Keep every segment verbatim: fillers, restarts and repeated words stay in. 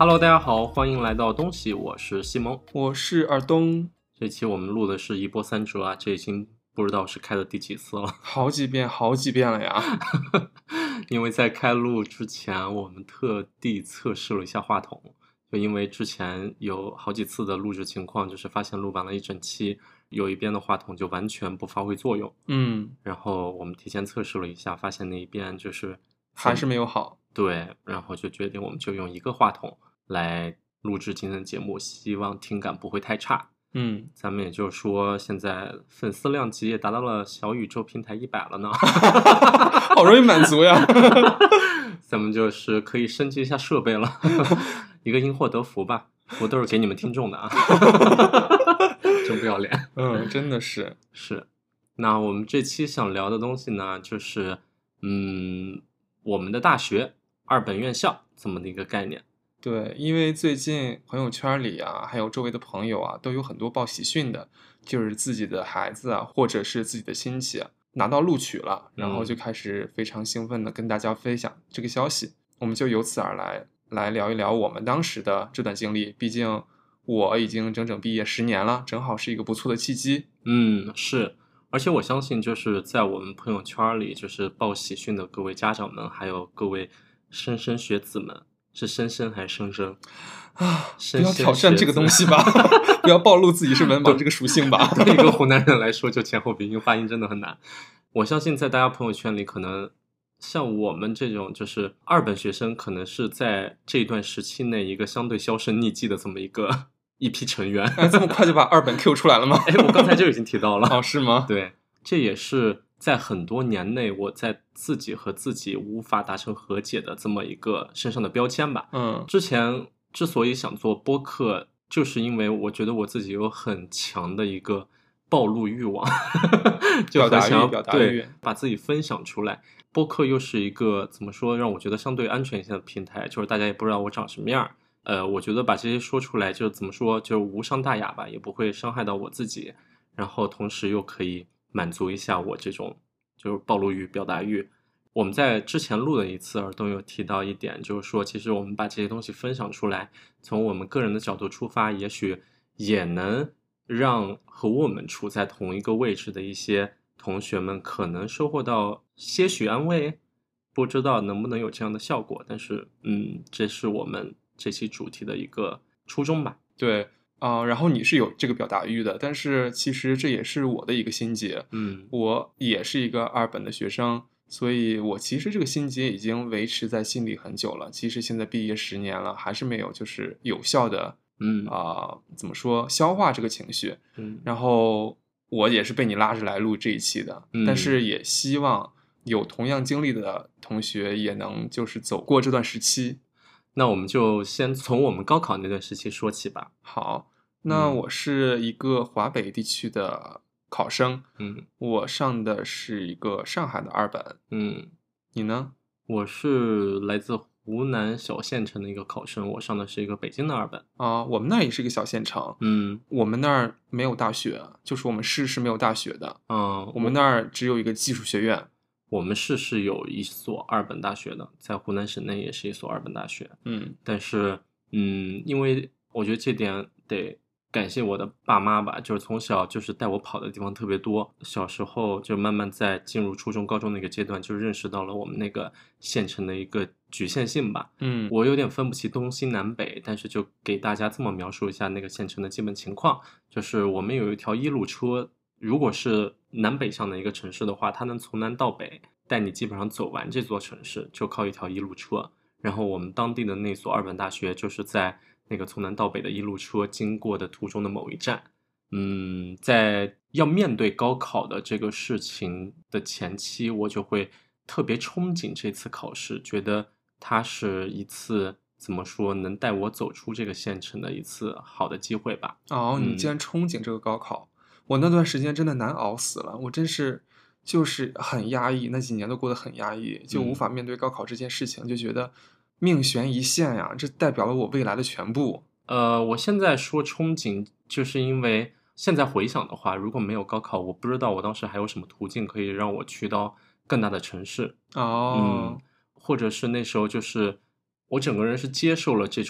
Hello， 大家好，欢迎来到东西，我是西蒙， 我是尔东。 这期我们录的是一波三折啊，这已经不知道是开了第几次了， 好几遍，好几遍了呀。 因为在开录之前，我们特地测试了一下话筒，就因为之前有好几次的录制情况，就是发现录完了一整期，有一边的话筒就完全不发挥作用。 嗯， 然后我们提前测试了一下，发现那一边就是还是没有好。 对，然后就决定我们就用一个话筒来录制今天的节目，希望听感不会太差。 嗯， 咱们也就是说，现在粉丝量级也达到了小宇宙平台一百了呢， 好容易满足呀。 咱们就是可以升级一下设备了，一个因祸得福吧，福都是给你们听众的啊，真不要脸。 嗯，真的是是。那我们这期想聊的东西呢，就是嗯，我们的大学二本院校这么的一个概念。 对，因为最近朋友圈里啊，还有周围的朋友啊，都有很多报喜讯的，就是自己的孩子啊，或者是自己的亲戚啊，拿到录取了，然后就开始非常兴奋的跟大家分享这个消息。我们就由此而来，来聊一聊我们当时的这段经历。毕竟我已经整整毕业十年了，正好是一个不错的契机。 嗯，是。而且我相信，就是在我们朋友圈里，就是报喜讯的各位家长们，还有各位莘莘学子们，是莘莘还是莘莘啊？ 莘不要挑战这个东西吧，不要暴露自己是文盲这个属性吧。 对一个湖南人来说，就前后鼻音发音真的很难。我相信在大家朋友圈里，可能像我们这种就是二本学生，可能是在这一段时期内一个相对销声匿迹的这么一个一批成员。 哎，这么快就把二本 Q 出来了吗？ 哎，我刚才就已经提到了。 哦，是吗？ 对，这也是在很多年内我在自己和自己无法达成和解的这么一个身上的标签吧。 嗯， 之前之所以想做播客，就是因为我觉得我自己有很强的一个暴露欲望，就很想要表达欲， 对把自己分享出来。播客又是一个怎么说，让我觉得相对安全一些的平台，就是大家也不知道我长什么样。呃，我觉得把这些说出来，就怎么说，就是无伤大雅吧，也不会伤害到我自己。然后同时又可以满足一下我这种就是暴露欲、表达欲。我们在之前录的一次耳东有提到一点，就是说其实我们把这些东西分享出来，从我们个人的角度出发，也许也能让和我们处在同一个位置的一些同学们可能收获到些许安慰，不知道能不能有这样的效果，但是嗯，这是我们这期主题的一个初衷吧。 对啊、呃，然后你是有这个表达欲的，但是其实这也是我的一个心结。 嗯， 我也是一个二本的学生，所以我其实这个心结已经维持在心里很久了。其实现在毕业十年了，还是没有就是有效的， 嗯啊、呃，怎么说消化这个情绪。 嗯， 然后我也是被你拉着来录这一期的， 嗯、 但是也希望有同样经历的同学也能就是走过这段时期。 那我们就先从我们高考那段时期说起吧。 好，那我是一个华北地区的考生， 嗯， 我上的是一个上海的二本。 嗯， 你呢？ 我是来自湖南小县城的一个考生，我上的是一个北京的二本。 啊，我们那儿也是一个小县城。 嗯， 我们那儿没有大学，就是我们市是没有大学的。 嗯， 我们那儿只有一个技术学院。 我们市是有一所二本大学的，在湖南省内也是一所二本大学。 嗯， 但是，嗯，因为我觉得这点得感谢我的爸妈吧，就是从小就是带我跑的地方特别多，小时候就慢慢在进入初中、高中那个阶段，就认识到了我们那个县城的一个局限性吧。 嗯， 我有点分不清东西南北，但是就给大家这么描述一下那个县城的基本情况，就是我们有一条一路车。如果是南北向的一个城市的话，它能从南到北带你基本上走完这座城市，就靠一条一路车。然后我们当地的那所二本大学就是在那个从南到北的一路车经过的途中的某一站。嗯，在要面对高考的这个事情的前期，我就会特别憧憬这次考试，觉得它是一次怎么说能带我走出这个县城的一次好的机会吧。 哦，你竟然憧憬这个高考。嗯，我那段时间真的难熬死了，我真是就是很压抑，那几年都过得很压抑，就无法面对高考这件事情，嗯，就觉得命悬一线呀，这代表了我未来的全部。 呃，我现在说憧憬，就是因为现在回想的话，如果没有高考，我不知道我当时还有什么途径可以让我去到更大的城市。 哦， 嗯，或者是那时候就是我整个人是接受了这种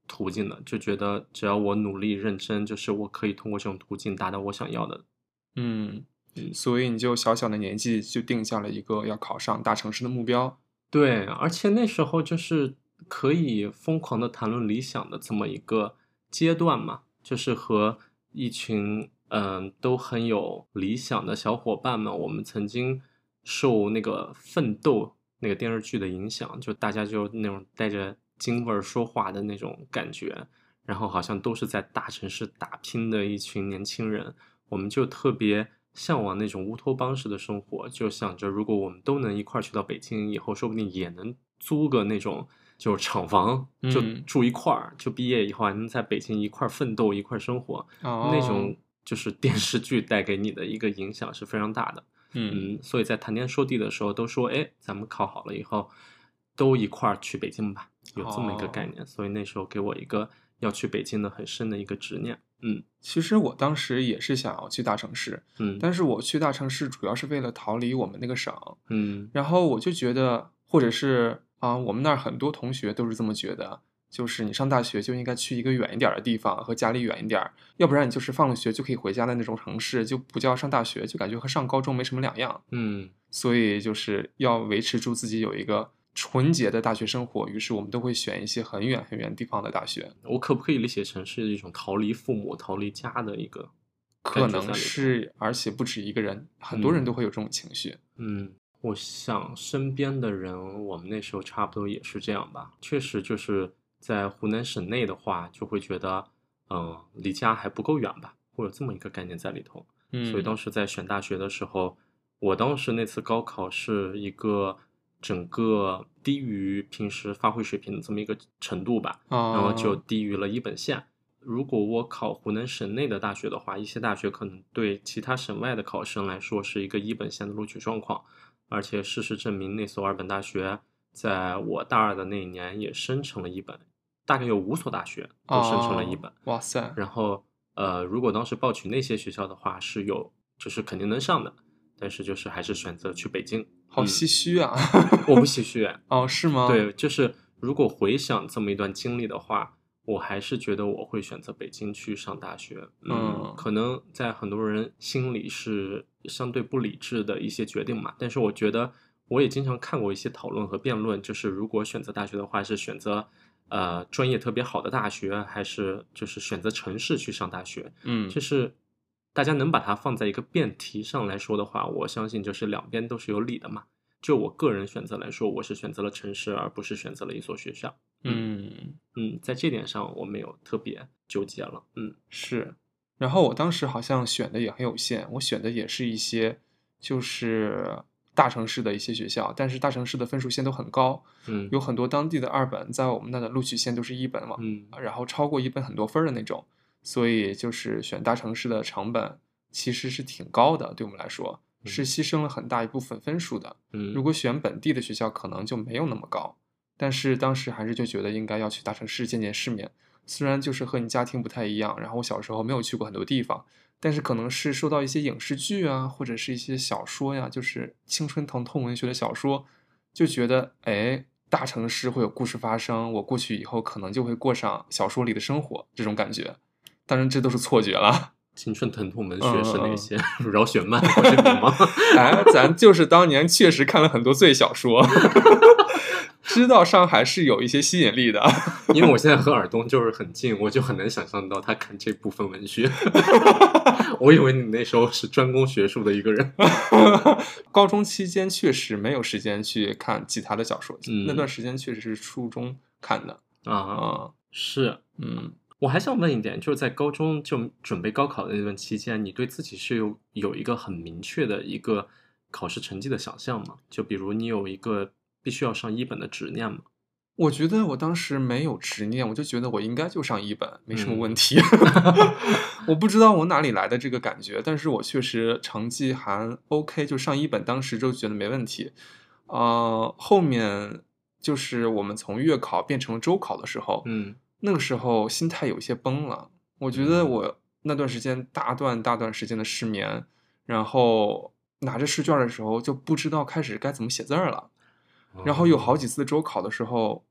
途径的，就觉得只要我努力认真，就是我可以通过这种途径达到我想要的。 嗯， 嗯， 所以你就小小的年纪就定下了一个要考上大城市的目标。 对，而且那时候就是可以疯狂的谈论理想的这么一个阶段嘛，就是和一群嗯都很有理想的小伙伴们，我们曾经受那个《奋斗》那个电视剧的影响，就大家就那种带着京味儿说话的那种感觉，然后好像都是在大城市打拼的一群年轻人，我们就特别向往那种乌托邦式的生活，就想着如果我们都能一块儿去到北京，以后说不定也能租个那种就是厂房，就嗯， 住一块儿，就毕业以后还能在北京一块儿奋斗，一块儿生活，那哦， 种就是电视剧带给你的一个影响是非常大的。 嗯， 嗯，所以在谈天说地的时候都说，哎，咱们考好了以后都一块儿去北京吧，有这么一个概哦。 念。所以那时候给我一个要去北京的很深的一个执念。嗯其实我当时也是想要去大城市， 嗯但是我去大城市主要是为了逃离我们那个省， 嗯然后我就觉得，或者是啊，我们那儿很多同学都是这么觉得，就是你上大学就应该去一个远一点儿的地方，和家里远一点儿，要不然你就是放了学就可以回家的那种城市，就不叫上大学，就感觉和上高中没什么两样。 嗯所以就是要维持住自己有一个纯洁的大学生活，于是我们都会选一些很远很远地方的大学。 我可不可以理解成是一种逃离父母、逃离家的一个感觉可能在里头？ 是，而且不止一个人，很多人都嗯会有这种情绪。 嗯，我想身边的人，我们那时候差不多也是这样吧。确实就是在湖南省内的话，就会觉得，嗯，离家还不够远吧，会有这么一个概念在里头。所以嗯， 当时在选大学的时候，我当时那次高考是一个整个低于平时发挥水平的这么一个程度吧，然后就啊， 低于了一本线。如果我考湖南省内的大学的话，一些大学可能对其他省外的考生来说是一个一本线的录取状况，而且事实证明，那所二本大学在我大二的那一年也升成了一本，大概有五所大学都升成了一啊， 本。 哇塞， 然后，呃，如果当时报取那些学校的话，是有就是肯定能上的，但是就是还是选择去北京。 好嗯， 唏嘘啊！ 我不唏嘘。 哦，是吗？ 对，就是如果回想这么一段经历的话，我还是觉得我会选择北京去上大学。嗯， 嗯可能在很多人心里是相对不理智的一些决定嘛，但是我觉得我也经常看过一些讨论和辩论，就是如果选择大学的话，是选择呃专业特别好的大学，还是就是选择城市去上大学？ 嗯就是大家能把它放在一个辩题上来说的话，我相信就是两边都是有理的嘛。就我个人选择来说，我是选择了城市，而不是选择了一所学校。嗯嗯， 嗯，在这点上我没有特别纠结了。嗯是。然后我当时好像选的也很有限，我选的也是一些就是大城市的一些学校，但是大城市的分数线都很高， 嗯有很多当地的二本在我们那的录取线都是一本往， 嗯然后超过一本很多分儿的那种，所以就是选大城市的成本其实是挺高的，对我们来说是嗯牺牲了很大一部分分数的。如嗯果选本地的学校，可能就没有那么高。但是当时还是就觉得应该要去大城市见见世面，虽然就是和你家庭不太一样，然后我小时候没有去过很多地方，但是可能是受到一些影视剧啊，或者是一些小说呀，就是青春疼痛文学的小说，就觉得哎，大城市会有故事发生，我过去以后可能就会过上小说里的生活，这种感觉。当然这都是错觉了。 青春疼痛文嗯学是哪嗯嗯， 些？饶雪漫、郭敬明吗？ 哎，咱就是当年确实看了很多罪小说，知道上海是有一些吸引力的。 因为我现在和尔东就是很近，我就很难想象到他看这部分文学。我以为你那时候是专攻学术的一个人。 高中期间确实没有时间去看其他的小说， 嗯那段时间确实是初中看的。 啊， 啊， 是。 嗯， 我还想问一点，就是在高中就准备高考的那段期间，你对自己是有有一个很明确的一个考试成绩的想象吗？就比如你有一个必须要上一本的执念吗？ 我觉得我当时没有执念，我就觉得我应该就上一本，没什么问嗯题。我不知道我哪里来的这个感觉，但是我确实成绩还 OK，就上一本，当时就觉得没问题。呃，后面就是我们从月考变成周考的时候， 嗯那个时候心态有一些崩了。我觉得嗯我那段时间大段大段时间的失眠，然后拿着试卷的时候就不知道开始该怎么写字儿了。然后有好哦几次周考的时候，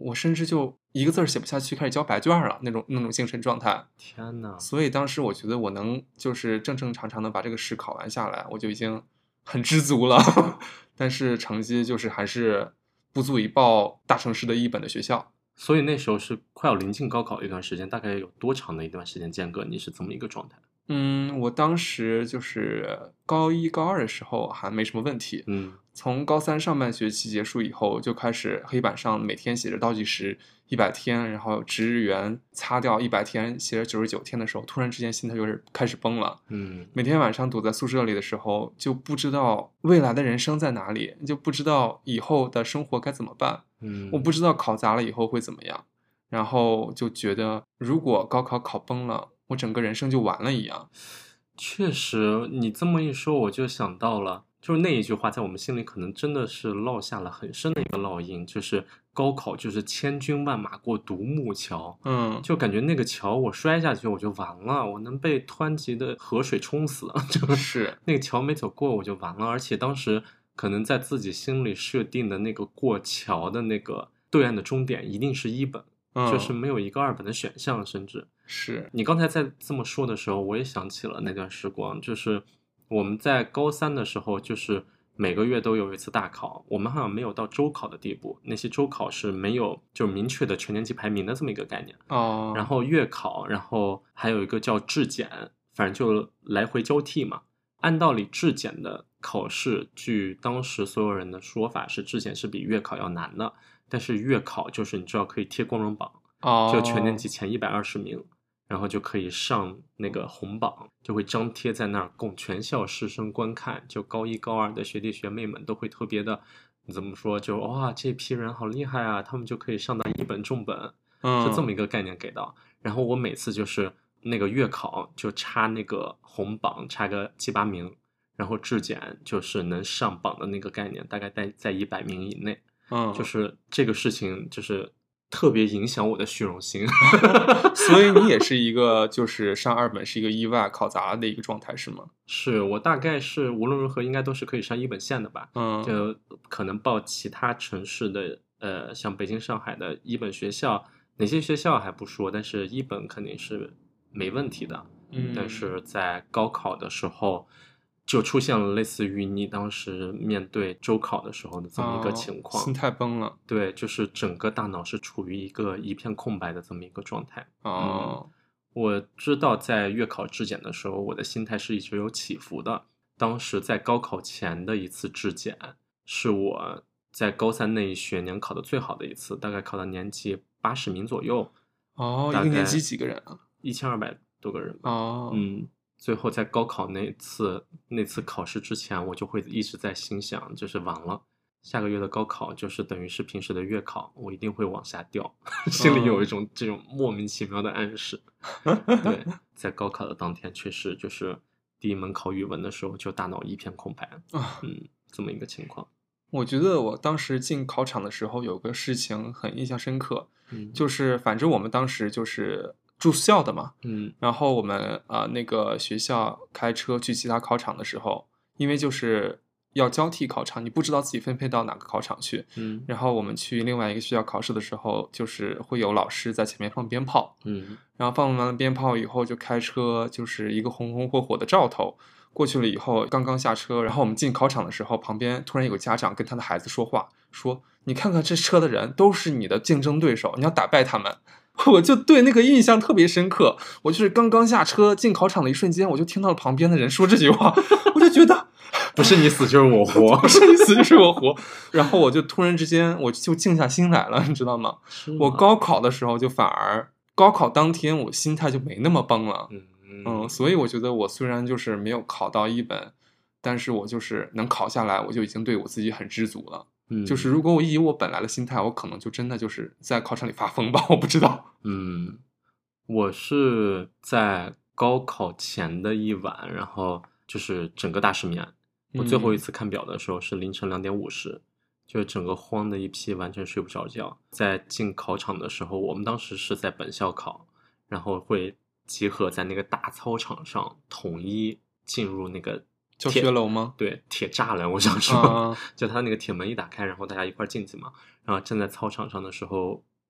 我甚至就一个字儿写不下去，开始交白卷了那种那种精神状态。 天呐， 所以当时我觉得我能就是正正常常的把这个试考完下来，我就已经很知足了。但是成绩就是还是不足以报大城市的一本的学校。 所以那时候是快要临近高考一段时间，大概有多长的一段时间间隔？你是这么一个状态？ 嗯，我当时就是高一高二的时候还没什么问题， 嗯从高三上半学期结束以后，就开始黑板上每天写着倒计时一百天，然后值日元擦掉一百天，写着九十九天的时候，突然之间心态就是开始崩了。 嗯每天晚上躲在宿舍里的时候，就不知道未来的人生在哪里，就不知道以后的生活该怎么办。 嗯， 我不知道考砸了以后会怎么样，然后就觉得如果高考考崩了，我整个人生就完了一样。 确实，你这么一说，我就想到了，就是那一句话在我们心里可能真的是烙下了很深的一个烙印，就是高考就是千军万马过独木桥， 嗯， 就感觉那个桥我摔下去我就完了，我能被湍急的河水冲死，就是那个桥没走过我就完了，而且当时可能在自己心里设定的那个过桥的那个对岸的终点一定是一本， 嗯就是没有一个二本的选项，甚至。 是， 你刚才在这么说的时候，我也想起了那段时光，就是我们在高三的时候，就是每个月都有一次大考，我们好像没有到周考的地步，那些周考是没有就是明确的全年级排名的这么一个概念。 哦， 然后月考，然后还有一个叫质检，反正就来回交替嘛。按道理质检的考试，据当时所有人的说法是质检是比月考要难的，但是月考就是你知道可以贴光荣榜， 哦， 就全年级前一百二十名。然后就可以上那个红榜，就会张贴在那儿供全校师生观看。就高一高二的学弟学妹们都会特别的，怎么说？就哇，这批人好厉害啊，他们就可以上到一本重本， 嗯， 是这么一个概念给到。然后我每次就是那个月考就差那个红榜差个七八名，然后质检就是能上榜的那个概念，大概在在一百名以内。 嗯， 就是这个事情就是特别影响我的虚荣心。 所以你也是一个就是上二本是一个意外考砸的一个状态是吗？ 是我大概是无论如何应该都是可以上一本线的吧， 嗯， 就可能报其他城市的呃像北京上海的一本学校，哪些学校还不说，但是一本肯定是没问题的。 嗯， 但是在高考的时候就出现了类似于你当时面对周考的时候的这么一个情况， 哦，心态崩了。 对，就是整个大脑是处于一个一片空白的这么一个状态。 哦， 嗯，我知道在月考质检的时候，我的心态是一直有起伏的。当时在高考前的一次质检，是我在高三那一学年考的最好的一次，大概考到年级八十名左右。 哦，一个年级几个人啊？ 一千二百多个人吧。 哦， 嗯，最后在高考那次那次考试之前，我就会一直在心想，就是完了。下个月的高考就是等于是平时的月考，我一定会往下掉，心里有一种这种莫名其妙的暗示。对，在高考的当天，确实就是第一门考语文的时候，就大脑一片空白， 啊， 嗯，这么一个情况。 我觉得我当时进考场的时候有个事情很印象深刻， 嗯， 就是反正我们当时就是住校的嘛， 嗯然后我们啊、呃、那个学校开车去其他考场的时候，因为就是要交替考场，你不知道自己分配到哪个考场去。 嗯然后我们去另外一个学校考试的时候，就是会有老师在前面放鞭炮， 嗯然后放完了鞭炮以后，就开车，就是一个红红火火的兆头。过去了以后，刚刚下车，然后我们进考场的时候，旁边突然有个家长跟他的孩子说话，说：“你看看这车的人都是你的竞争对手，你要打败他们。”我就对那个印象特别深刻。我就是刚刚下车进考场的一瞬间，我就听到了旁边的人说这句话，我就觉得不是你死就是我活， 不是你死就是我活。然后我就突然之间我就静下心来了，你知道吗？我高考的时候就反而高考当天我心态就没那么崩了。 嗯嗯，所以我觉得我虽然就是没有考到一本，但是我就是能考下来，我就已经对我自己很知足了。 嗯， 就是如果我以我本来的心态，我可能就真的就是在考场里发疯吧，我不知道。 嗯，我是在高考前的一晚，然后就是整个大失眠。我最后一次看表的时候是凌晨两点五十，就整个慌的一批，完全睡不着觉。在进考场的时候，我们当时是在本校考，然后会集合在那个大操场上，统一进入那个教学楼吗？ 对，铁栅栏，我想说， 啊就他那个铁门一打开，然后大家一块进去嘛。然后站在操场上的时候，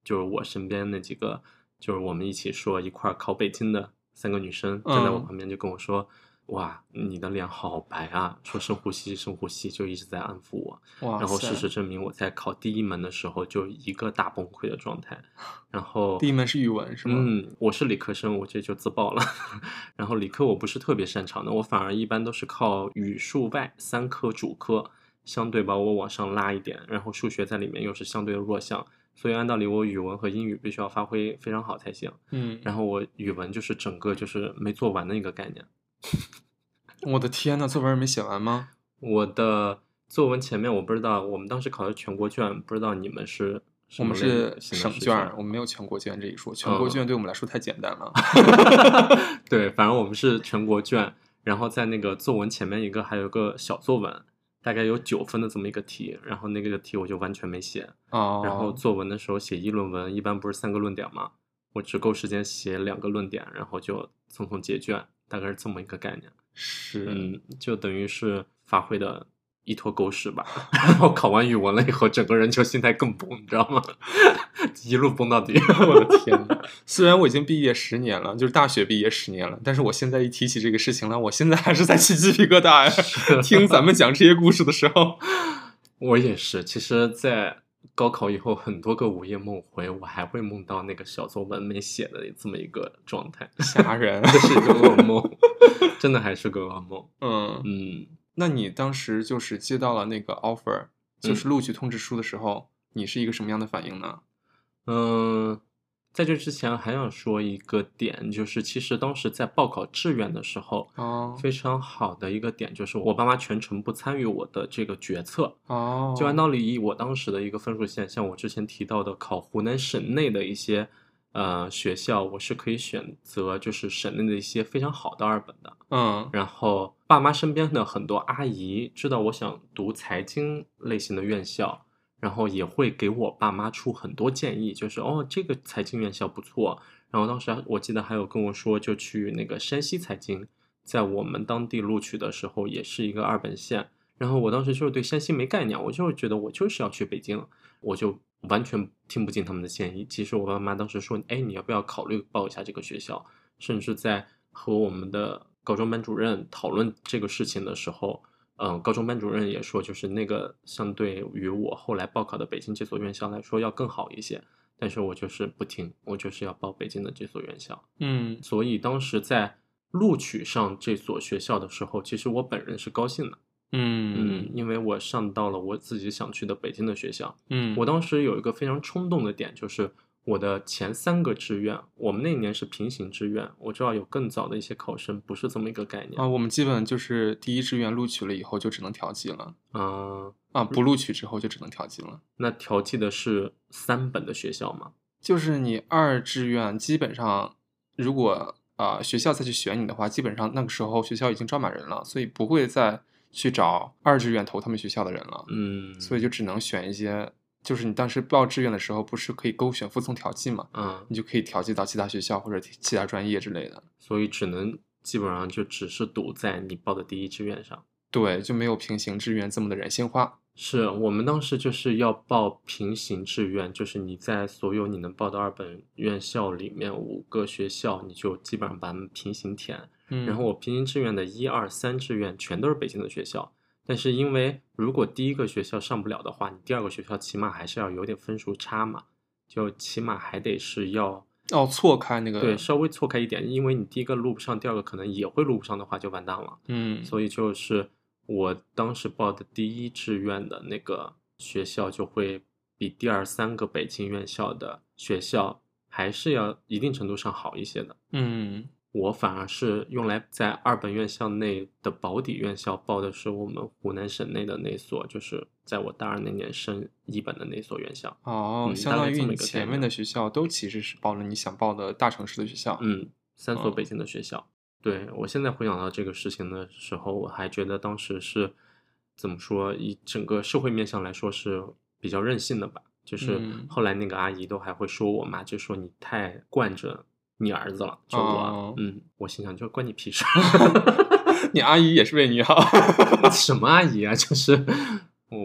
就是我身边那几个，就是我们一起说一块儿考北京的三个女生站在我旁边就跟我说。嗯哇，你的脸好白啊！说深呼吸，深呼吸，就一直在安抚我。然后事实证明，我在考第一门的时候就一个大崩溃的状态。然后第一门是语文是吗？ 嗯，我是理科生，我这就自爆了。然后理科我不是特别擅长的，我反而一般都是靠语数外三科主科，相对把我往上拉一点。然后数学在里面又是相对的弱项。所以按道理我语文和英语必须要发挥非常好才行。 嗯， 然后我语文就是整个就是没做完的一个概念。 我的天呐，作文没写完吗？ 我的作文前面我不知道，我们当时考的全国卷，不知道你们是我们是省卷，我们没有全国卷这一说。全国卷对我们来说太简单了。 嗯、对，反正我们是全国卷，然后在那个作文前面一个还有个小作文，大概有九分的这么一个题，然后那个题我就完全没写。 哦。 然后作文的时候写议论文，一般不是三个论点吗？我只够时间写两个论点，然后就匆匆结卷，大概是这么一个概念。 是， 嗯，就等于是发挥的一坨狗屎吧。然后考完语文了以后，整个人就心态更崩，你知道吗？一路崩到底。 我的天哪！虽然我已经毕业十年了，就是大学毕业十年了，但是我现在一提起这个事情了，我现在还是在起鸡皮疙瘩呀。听咱们讲这些故事的时候， 我也是。其实，在高考以后，很多个午夜梦回，我还会梦到那个小作文没写的这么一个状态， 吓人， 这是一个噩梦，真的还是个噩梦。 嗯嗯，那你当时就是接到了那个 offer， 就是录取通知书的时候，嗯、你是一个什么样的反应呢？ 嗯。在这之前还想说一个点，就是其实当时在报考志愿的时候， 哦， 非常好的一个点就是我爸妈全程不参与我的这个决策。 哦， 就按道理以我当时的一个分数线，像我之前提到的考湖南省内的一些呃学校，我是可以选择就是省内的一些非常好的二本的。 嗯， 然后爸妈身边的很多阿姨知道我想读财经类型的院校。然后也会给我爸妈出很多建议，就是哦，这个财经院校不错。然后当时我记得还有跟我说，就去那个山西财经，在我们当地录取的时候也是一个二本线。然后我当时就是对山西没概念，我就是觉得我就是要去北京，我就完全听不进他们的建议。其实我爸妈当时说，哎，你要不要考虑报一下这个学校？甚至在和我们的高中班主任讨论这个事情的时候。嗯，高中班主任也说，就是那个相对于我后来报考的北京这所院校来说要更好一些，但是我就是不听，我就是要报北京的这所院校。 嗯， 所以当时在录取上这所学校的时候，其实我本人是高兴的。 嗯嗯，因为我上到了我自己想去的北京的学校。 嗯， 我当时有一个非常冲动的点，就是我的前三个志愿，我们那一年是平行志愿，我知道有更早的一些考生不是这么一个概念啊。我们基本就是第一志愿录取了以后就只能调剂了， 嗯啊，不录取之后就只能调剂了。 那调剂的是三本的学校吗？ 就是你二志愿基本上，如果啊、呃、学校再去选你的话，基本上那个时候学校已经招满人了，所以不会再去找二志愿投他们学校的人了。 嗯， 所以就只能选一些。就是你当时报志愿的时候，不是可以勾选服从调剂嘛？ 嗯， 你就可以调剂到其他学校或者其他专业之类的。 所以只能基本上就只是赌在你报的第一志愿上。 对，就没有平行志愿这么的人性化。 是我们当时就是要报平行志愿，就是你在所有你能报的二本院校里面五个学校，你就基本上把它们平行填。 嗯， 然后我平行志愿的一二三志愿全都是北京的学校。但是因为如果第一个学校上不了的话，你第二个学校起码还是要有点分数差嘛，就起码还得是要哦错开那个， 对，稍微错开一点，因为你第一个录不上，第二个可能也会录不上的话就完蛋了。 嗯， 所以就是我当时报的第一志愿的那个学校就会比第二三个北京院校的学校还是要一定程度上好一些的。 嗯。 我反而是用来在二本院校内的保底院校报的是我们湖南省内的那所，就是在我大二那年升一本的那所院校。 哦， 嗯、 相当于你大概这么一个概念前面的学校都其实是报了你想报的大城市的学校。 嗯，三所哦北京的学校。对，我现在回想到这个事情的时候，我还觉得当时是怎么说，以整个社会面向来说是比较任性的吧。就是嗯后来那个阿姨都还会说我妈，就说你太惯着你儿子了，就我， 哦嗯，我心想就关你屁事。 你阿姨也是为你好。 什么阿姨啊？就是我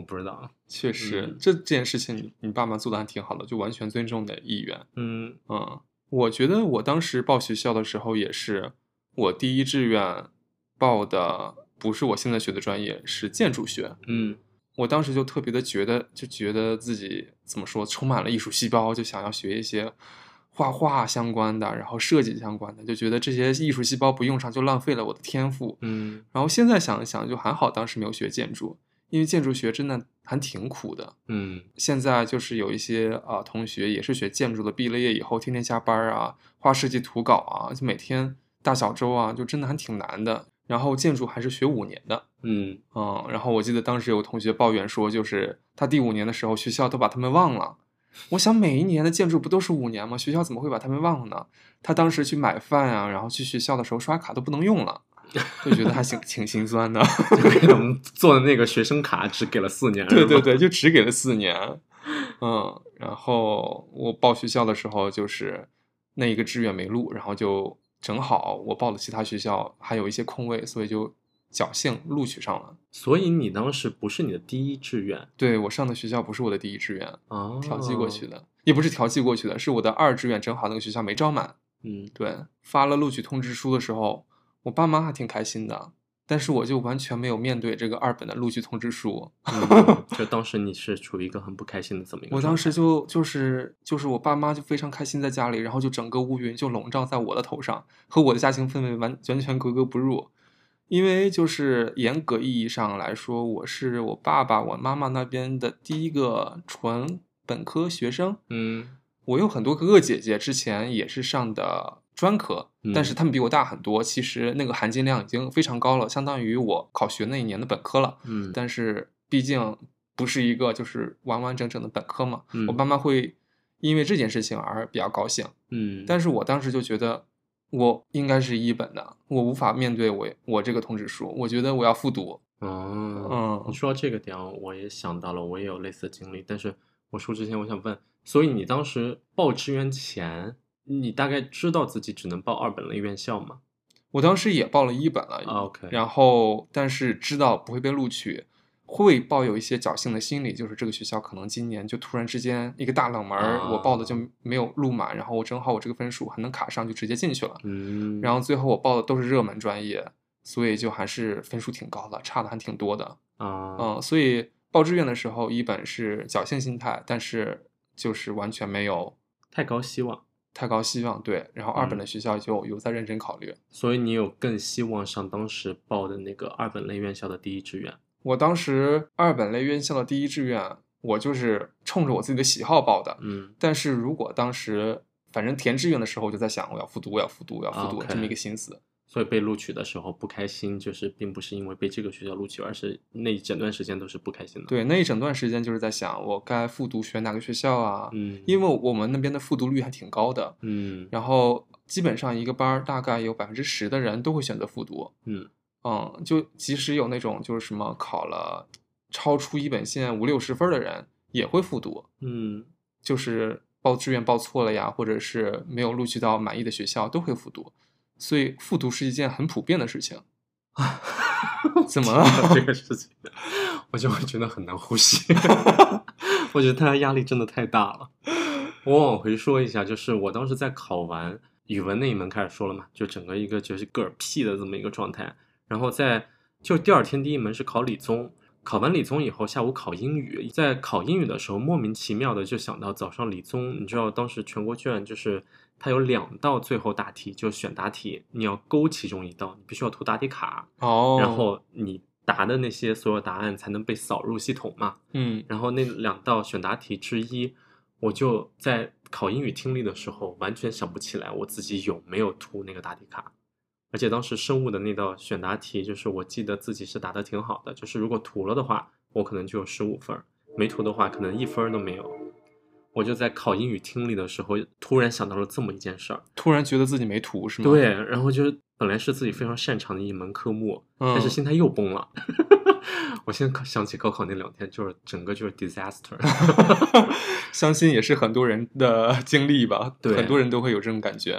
不知道。 确实， 嗯这这件事情你你爸妈做的还挺好的，就完全尊重你的意愿。 嗯嗯，我觉得我当时报学校的时候也是，我第一志愿报的不是我现在学的专业，是建筑学。 嗯我当时就特别的觉得，就觉得自己怎么说，充满了艺术细胞，就想要学一些画画相关的，然后设计相关的，就觉得这些艺术细胞不用上就浪费了我的天赋。 嗯然后现在想一想，就还好当时没有学建筑，因为建筑学真的还挺苦的。 嗯现在就是有一些啊、呃同学也是学建筑的，毕了业以后天天加班啊，画设计图稿啊，就每天大小周啊，就真的还挺难的。然后建筑还是学五年的， 嗯嗯，然后我记得当时有同学抱怨说，就是他第五年的时候，学校都把他们忘了。我想每一年的建筑不都是五年吗？学校怎么会把他们忘了呢？他当时去买饭啊，然后去学校的时候刷卡都不能用了，就觉得还挺挺心酸的。 就给我们做的那个学生卡只给了四年， 对对是吧， 对，就只给了四年。嗯，然后我报学校的时候，就是那一个志愿没录，然后就正好我报的其他学校还有一些空位，所以就侥幸录取上了。 所以你当时不是你的第一志愿对，我上的学校不是我的第一志愿， 哦， 调剂过去的，也不是调剂过去的，是我的二志愿，正好那个学校没招满。 嗯对，发了录取通知书的时候，我爸妈还挺开心的，但是我就完全没有面对这个二本的录取通知书。 嗯，就当时你是处于一个很不开心的这么一个我状态， 当时就就是就是我爸妈就非常开心在家里，然后就整个乌云就笼罩在我的头上，和我的家庭氛围完完全格格不入。因为就是严格意义上来说，我是我爸爸我妈妈那边的第一个纯本科学生。 嗯我有很多哥哥姐姐，之前也是上的专科，但是嗯他们比我大很多，其实那个含金量已经非常高了，相当于我考学那一年的本科了。 嗯但是毕竟不是一个就是完完整整的本科嘛， 嗯我爸妈会因为这件事情而比较高兴。 嗯， 但是我当时就觉得我应该是一本的，我无法面对我我这个通知书，我觉得我要复读。 哦，你嗯， 说到这个点，我也想到了，我也有类似的经历。但是我说之前，我想问，所以你当时报志愿前，你大概知道自己只能报二本类院校吗？ 我当时也报了一本了， 啊，OK 然后但是知道不会被录取，会抱有一些侥幸的心理，就是这个学校可能今年就突然之间一个大冷门儿， 啊我报的就没有录满，然后我正好我这个分数还能卡上，就直接进去了。 嗯， 然后最后我报的都是热门专业，所以就还是分数挺高的，差的还挺多的。 啊， 嗯，所以报志愿的时候，一本是侥幸心态，但是就是完全没有太高希望， 太高希望。对，然后二本嗯的学校就有在认真考虑。 所以你有更希望上当时报的那个二本类院校的第一志愿。 我当时二本类院校的第一志愿，我就是冲着我自己的喜好报的。 嗯但是如果当时反正填志愿的时候，我就在想，我要复读，我要复读，我要复读， OK 这么一个心思。 所以被录取的时候不开心，就是并不是因为被这个学校录取，而是那一整段时间都是不开心的。， 对，那一整段时间就是在想，我该复读选哪个学校啊？ 嗯， 因为我们那边的复读率还挺高的， 嗯然后基本上一个班儿大概有百分之十的人都会选择复读。 嗯嗯，就即使有那种就是什么考了超出一本线五六十分儿的人也会复读， 嗯， 就是报志愿报错了呀，或者是没有录取到满意的学校都会复读，所以复读是一件很普遍的事情。怎么了？ 这个事情，我就会觉得很难呼吸。我觉得他压力真的太大了。我往回说一下，就是我当时在考完语文那一门开始说了嘛，就整个一个就是嗝屁的这么一个状态。然后在就第二天第一门是考理综，考完理综以后下午考英语，在考英语的时候莫名其妙的就想到早上理综，你知道当时全国卷就是它有两道最后答题，就选答题，你要勾其中一道，你必须要涂答题卡。 哦， 然后你答的那些所有答案才能被扫入系统嘛。 嗯， 然后那两道选答题之一，我就在考英语听力的时候完全想不起来我自己有没有涂那个答题卡。而且当时生物的那道选答题，就是我记得自己是答的挺好的，就是如果涂了的话，我可能就有十五分，没涂的话可能一分都没有。我就在考英语听力的时候，突然想到了这么一件事儿。 突然觉得自己没涂是吗？ 对，然后就是本来是自己非常擅长的一门科目， 嗯但是心态又崩了。我现在想起高考那两天，就是整个就是 disaster。 相信也是很多人的经历吧， 对很多人都会有这种感觉。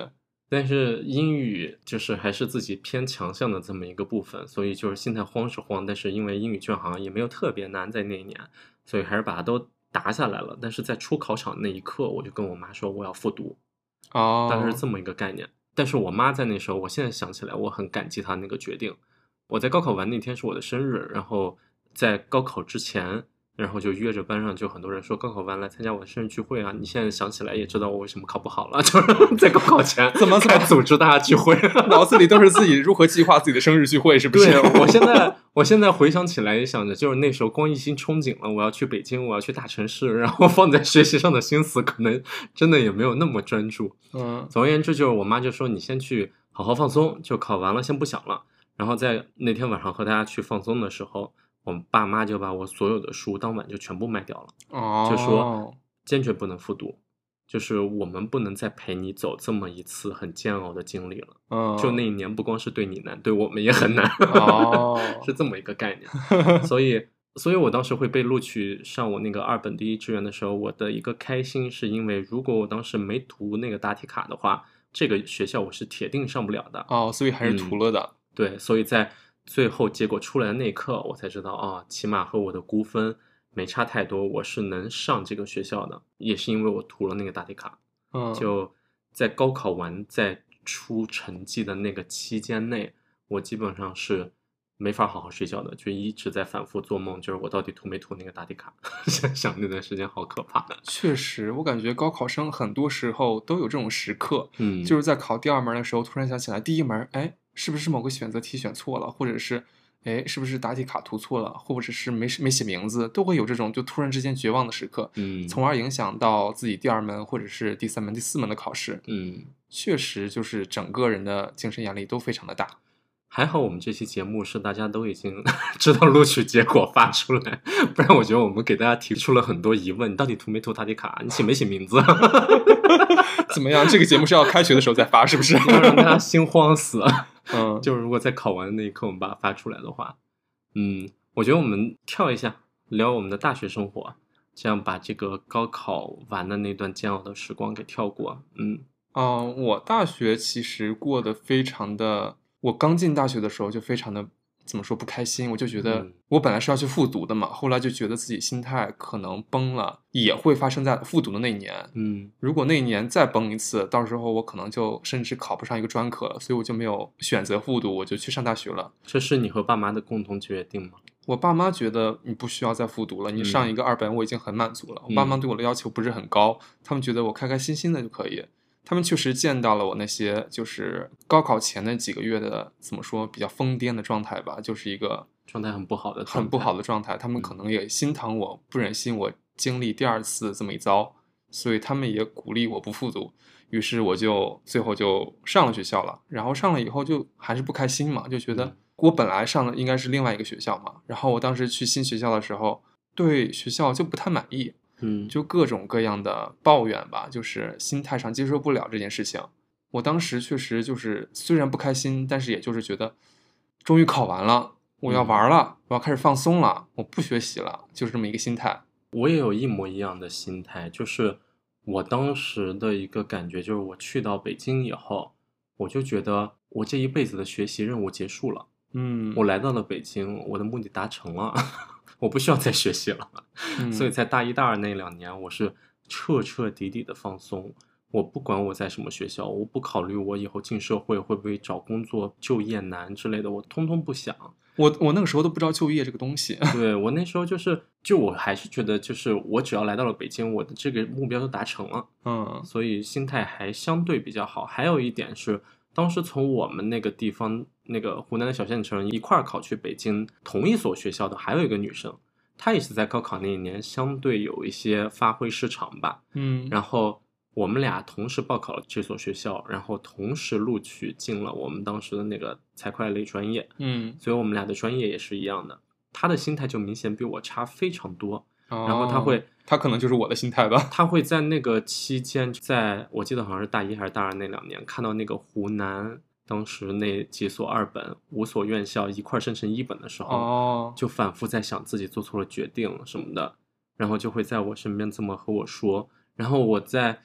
但是英语就是还是自己偏强项的这么一个部分，所以就是心态慌是慌，但是因为英语卷好像也没有特别难在那一年，所以还是把它都答下来了。但是在出考场那一刻，我就跟我妈说我要复读，大概是哦， 这么一个概念。但是我妈在那时候，我现在想起来，我很感激她那个决定。我在高考完那天是我的生日，然后在高考之前，然后就约着班上，就很多人说高考完来参加我的生日聚会啊。你现在想起来也知道我为什么考不好了，就是在高考前怎么怎么还组织大家聚会， 脑子里都是自己如何计划自己的生日聚会，是不是？ 对，我现在我现在回想起来也想着，就是那时候光一心憧憬了，我要去北京，我要去大城市，然后放在学习上的心思可能真的也没有那么专注。 嗯， 总而言之，就是我妈就说你先去好好放松，就考完了先不想了。然后在那天晚上和大家去放松的时候，我们爸妈就把我所有的书当晚就全部卖掉了，就说哦， 坚决不能复读，就是我们不能再陪你走这么一次很煎熬的经历了。 嗯， 就那一年不光是对你难，对我们也很难， 哦， 是这么一个概念。所以，所以我当时会被录取上我那个二本第一志愿的时候，我的一个开心是因为如果我当时没涂那个答题卡的话，这个学校我是铁定上不了的。 哦，所以还是涂了的。 对，所以在最后结果出来的那一刻，我才知道啊、起码和我的估分没差太多，我是能上这个学校的，也是因为我涂了那个答题卡。 嗯， 就在高考完在出成绩的那个期间内，我基本上是没法好好睡觉的，就一直在反复做梦，就是我到底涂没涂那个答题卡？想想那段时间好可怕。 确实，我感觉高考生很多时候都有这种时刻， 嗯， 就是在考第二门的时候，突然想起来第一门，哎，是不是某个选择题选错了，或者是，哎，是不是答题卡涂错了，或者是没没写名字，都会有这种就突然之间绝望的时刻， 嗯从而影响到自己第二门或者是第三门、第四门的考试。 嗯， 确实，就是整个人的精神压力都非常的大。 还好我们这期节目是大家都已经知道录取结果发出来，不然我觉得我们给大家提出了很多疑问：你到底涂没涂答题卡？你写没写名字？ 怎么样？这个节目是要开学的时候再发，是不是？ 要让大家心慌死。 嗯， 就是如果在考完的那一刻我们把它发出来的话，嗯，我觉得我们跳一下聊我们的大学生活，这样把这个高考完的那段煎熬的时光给跳过。嗯啊、我大学其实过得非常的，我刚进大学的时候就非常的怎么说不开心，我就觉得嗯我本来是要去复读的嘛，后来就觉得自己心态可能崩了，也会发生在复读的那一年。 嗯如果那一年再崩一次，到时候我可能就甚至考不上一个专科了，所以我就没有选择复读，我就去上大学了。 这是你和爸妈的共同决定吗？ 我爸妈觉得你不需要再复读了，你上嗯一个二本我已经很满足了。我爸妈对我的要求不是很高，他们觉得我开开心心的就可以。他们确实见到了我那些就是高考前的几个月的怎么说比较疯癫的状态吧，就是一个状态很不好的状态， 很不好的状态。他们可能也心疼我，不忍心我经历第二次这么一遭，所以他们也鼓励我不复读。于是我就最后就上了学校了，然后上了以后就还是不开心嘛，就觉得嗯我本来上的应该是另外一个学校嘛，然后我当时去新学校的时候，对学校就不太满意， 嗯， 就各种各样的抱怨吧，就是心态上接受不了这件事情。我当时确实就是虽然不开心，但是也就是觉得终于考完了，我要玩了，我要开始放松了，我不学习了，就是这么一个心态。 我也有一模一样的心态，就是我当时的一个感觉，就是我去到北京以后，我就觉得我这一辈子的学习任务结束了。 嗯， 我来到了北京，我的目的达成了，我不需要再学习了。 嗯所以在大一、大二那两年，我是彻彻底底的放松。我不管我在什么学校，我不考虑我以后进社会会不会找工作、就业难之类的，我通通不想。 我我那个时候都不知道就业这个东西。 对，我那时候就是，就我还是觉得，就是我只要来到了北京，我的这个目标都达成了， 嗯所以心态还相对比较好。还有一点是，当时从我们那个地方，那个湖南的小县城一块儿考去北京同一所学校的，还有一个女生，她也是在高考那一年相对有一些发挥失常吧。 嗯， 然后我们俩同时报考了这所学校，然后同时录取进了我们当时的那个财会类专业， 嗯， 所以我们俩的专业也是一样的。他的心态就明显比我差非常多， 然然后他会， 他可能就是我的心态吧。 他会在那个期间，在我记得好像是大一还是大二那两年，看到那个湖南当时那几所二本五所院校一块升成一本的时候， 哦， 就反复在想自己做错了决定什么的，然后就会在我身边这么和我说。然后我在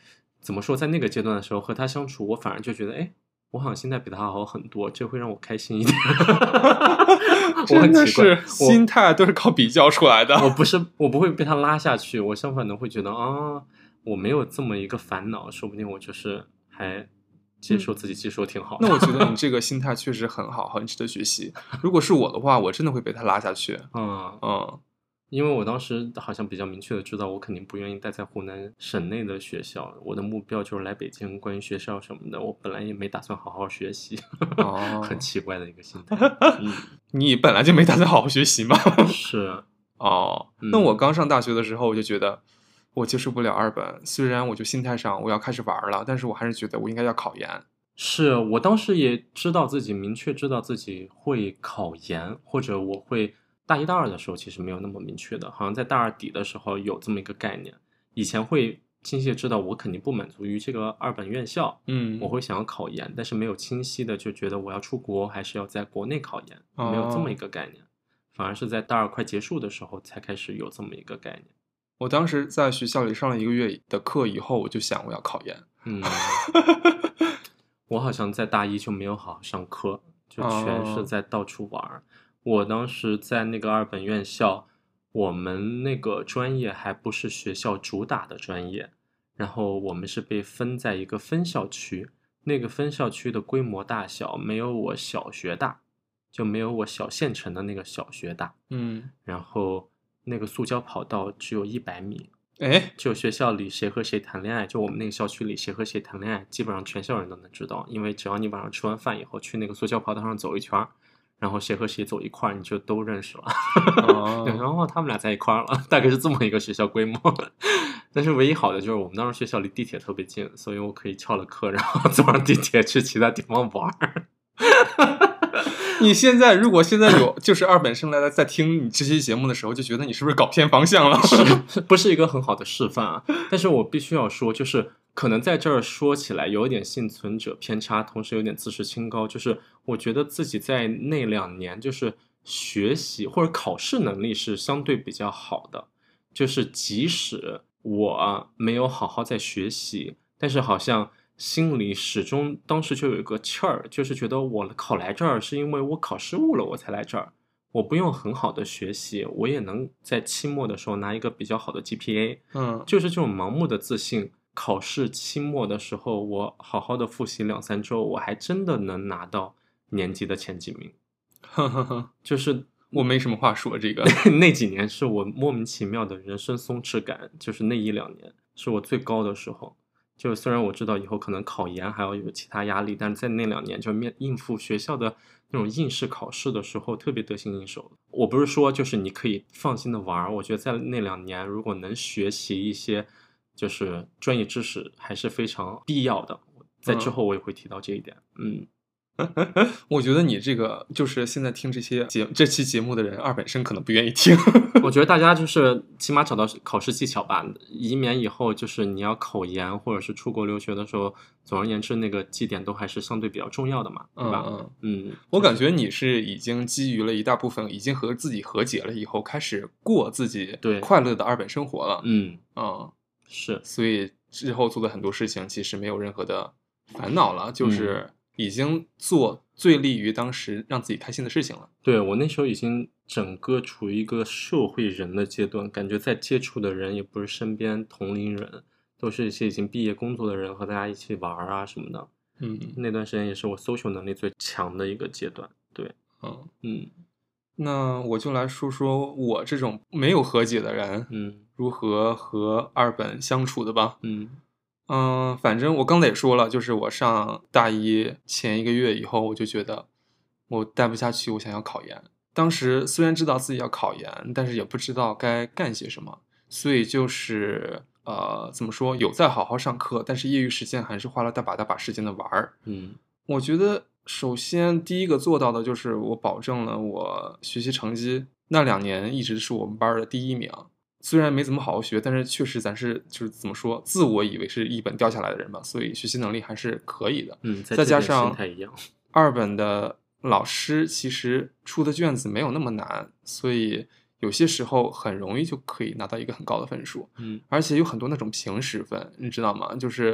怎么说，在那个阶段的时候和他相处，我反而就觉得，哎，我好像心态比他好很多，这会让我开心一点。我很真的奇怪， 是心态都是靠比较出来的。 我不是，我不会被他拉下去，我相反的会觉得啊，我没有这么一个烦恼，说不定我就是还接受自己技术挺好的。 那我觉得你这个心态确实很好，很值得学习。如果是我的话，我真的会被他拉下去。 嗯嗯， 因为我当时好像比较明确的知道，我肯定不愿意待在湖南省内的学校，我的目标就是来北京。关于学校什么的，我本来也没打算好好学习。 哦， 很奇怪的一个心态。嗯， 你本来就没打算好好学习吗？ 是。 哦， 嗯那我刚上大学的时候，我就觉得我接受不了二本。虽然我就心态上我要开始玩了，但是我还是觉得我应该要考研。 是我当时也知道自己明确知道自己会考研，或者我会大一大二的时候其实没有那么明确的，好像在大二底的时候有这么一个概念。以前会清晰的知道我肯定不满足于这个二本院校， 嗯， 我会想要考研，但是没有清晰的就觉得我要出国还是要在国内考研， 哦没有这么一个概念。反而是在大二快结束的时候才开始有这么一个概念。 我当时在学校里上了一个月的课以后，我就想我要考研。 嗯，我好像在大一就没有好好上课，就全是在到处玩儿。我当时在那个二本院校，我们那个专业还不是学校主打的专业，然后我们是被分在一个分校区，那个分校区的规模大小没有我小学大，就没有我小县城的那个小学大。 嗯， 然后那个塑胶跑道只有一百米， 哎， 就学校里谁和谁谈恋爱，就我们那个校区里谁和谁谈恋爱，基本上全校人都能知道，因为只要你晚上吃完饭以后去那个塑胶跑道上走一圈，然后谁和谁走一块儿，你就都认识了。 哦然后他们俩在一块儿了，大概是这么一个学校规模。但是唯一好的就是我们当时学校离地铁特别近，所以我可以翘了课，然后坐上地铁去其他地方玩儿。 你现在如果现在有就是二本生来在听你这期节目的时候，就觉得你是不是搞偏方向了？ 是不是一个很好的示范啊？但是我必须要说，就是可能在这儿说起来有一点幸存者偏差，同时有点自视清高。就是我觉得自己在那两年，就是学习或者考试能力是相对比较好的。就是即使我没有好好在学习，但是好像心里始终当时就有一个气儿，就是觉得我考来这儿是因为我考失误了，我才来这儿。我不用很好的学习，我也能在期末的时候拿一个比较好的 G P A。 嗯， 就是这种盲目的自信，考试期末的时候，我好好的复习两三周，我还真的能拿到年级的前几名。 呵呵呵， 就是我没什么话说这个。 那几年是我莫名其妙的人生松弛感，就是那一两年是我最高的时候。就虽然我知道以后可能考研还要有其他压力，但是在那两年就面应付学校的那种应试考试的时候，特别得心应手。我不是说就是你可以放心的玩，我觉得在那两年如果能学习一些就是专业知识，还是非常必要的。在之后我也会提到这一点。嗯。 我觉得你这个就是现在听这些节这期节目的人，二本生可能不愿意听。 我觉得大家就是起码找到考试技巧吧，以免以后就是你要考研或者是出国留学的时候，总而言之那个绩点都还是相对比较重要的嘛，对吧？ 嗯嗯， 我感觉你是已经基于了一大部分，已经和自己和解了以后，开始过自己对快乐的二本生活了。 嗯， 嗯， 是， 所以之后做的很多事情其实没有任何的烦恼了，就是已经做最利于当时让自己开心的事情了。 对，我那时候已经整个处于一个社会人的阶段，感觉在接触的人也不是身边同龄人，都是一些已经毕业工作的人，和大家一起玩啊什么的。 嗯， 那段时间也是我 social 能力最强的一个阶段。对， 嗯嗯那我就来说说我这种没有和解的人， 嗯如何和二本相处的吧。 嗯嗯，反正我刚才也说了，就是我上大一前一个月以后，我就觉得我待不下去，我想要考研。当时虽然知道自己要考研，但是也不知道该干些什么，所以就是呃，怎么说，有在好好上课，但是业余时间还是花了大把大把时间的玩儿。 嗯我觉得首先第一个做到的就是我保证了我学习成绩那两年一直是我们班的第一名。虽然没怎么好好学，但是确实咱是就是怎么说，自我以为是一本掉下来的人吧，所以学习能力还是可以的。 嗯， 再加上心态一样。 二本的老师其实出的卷子没有那么难，所以有些时候很容易就可以拿到一个很高的分数。 嗯而且有很多那种平时分，你知道吗？就是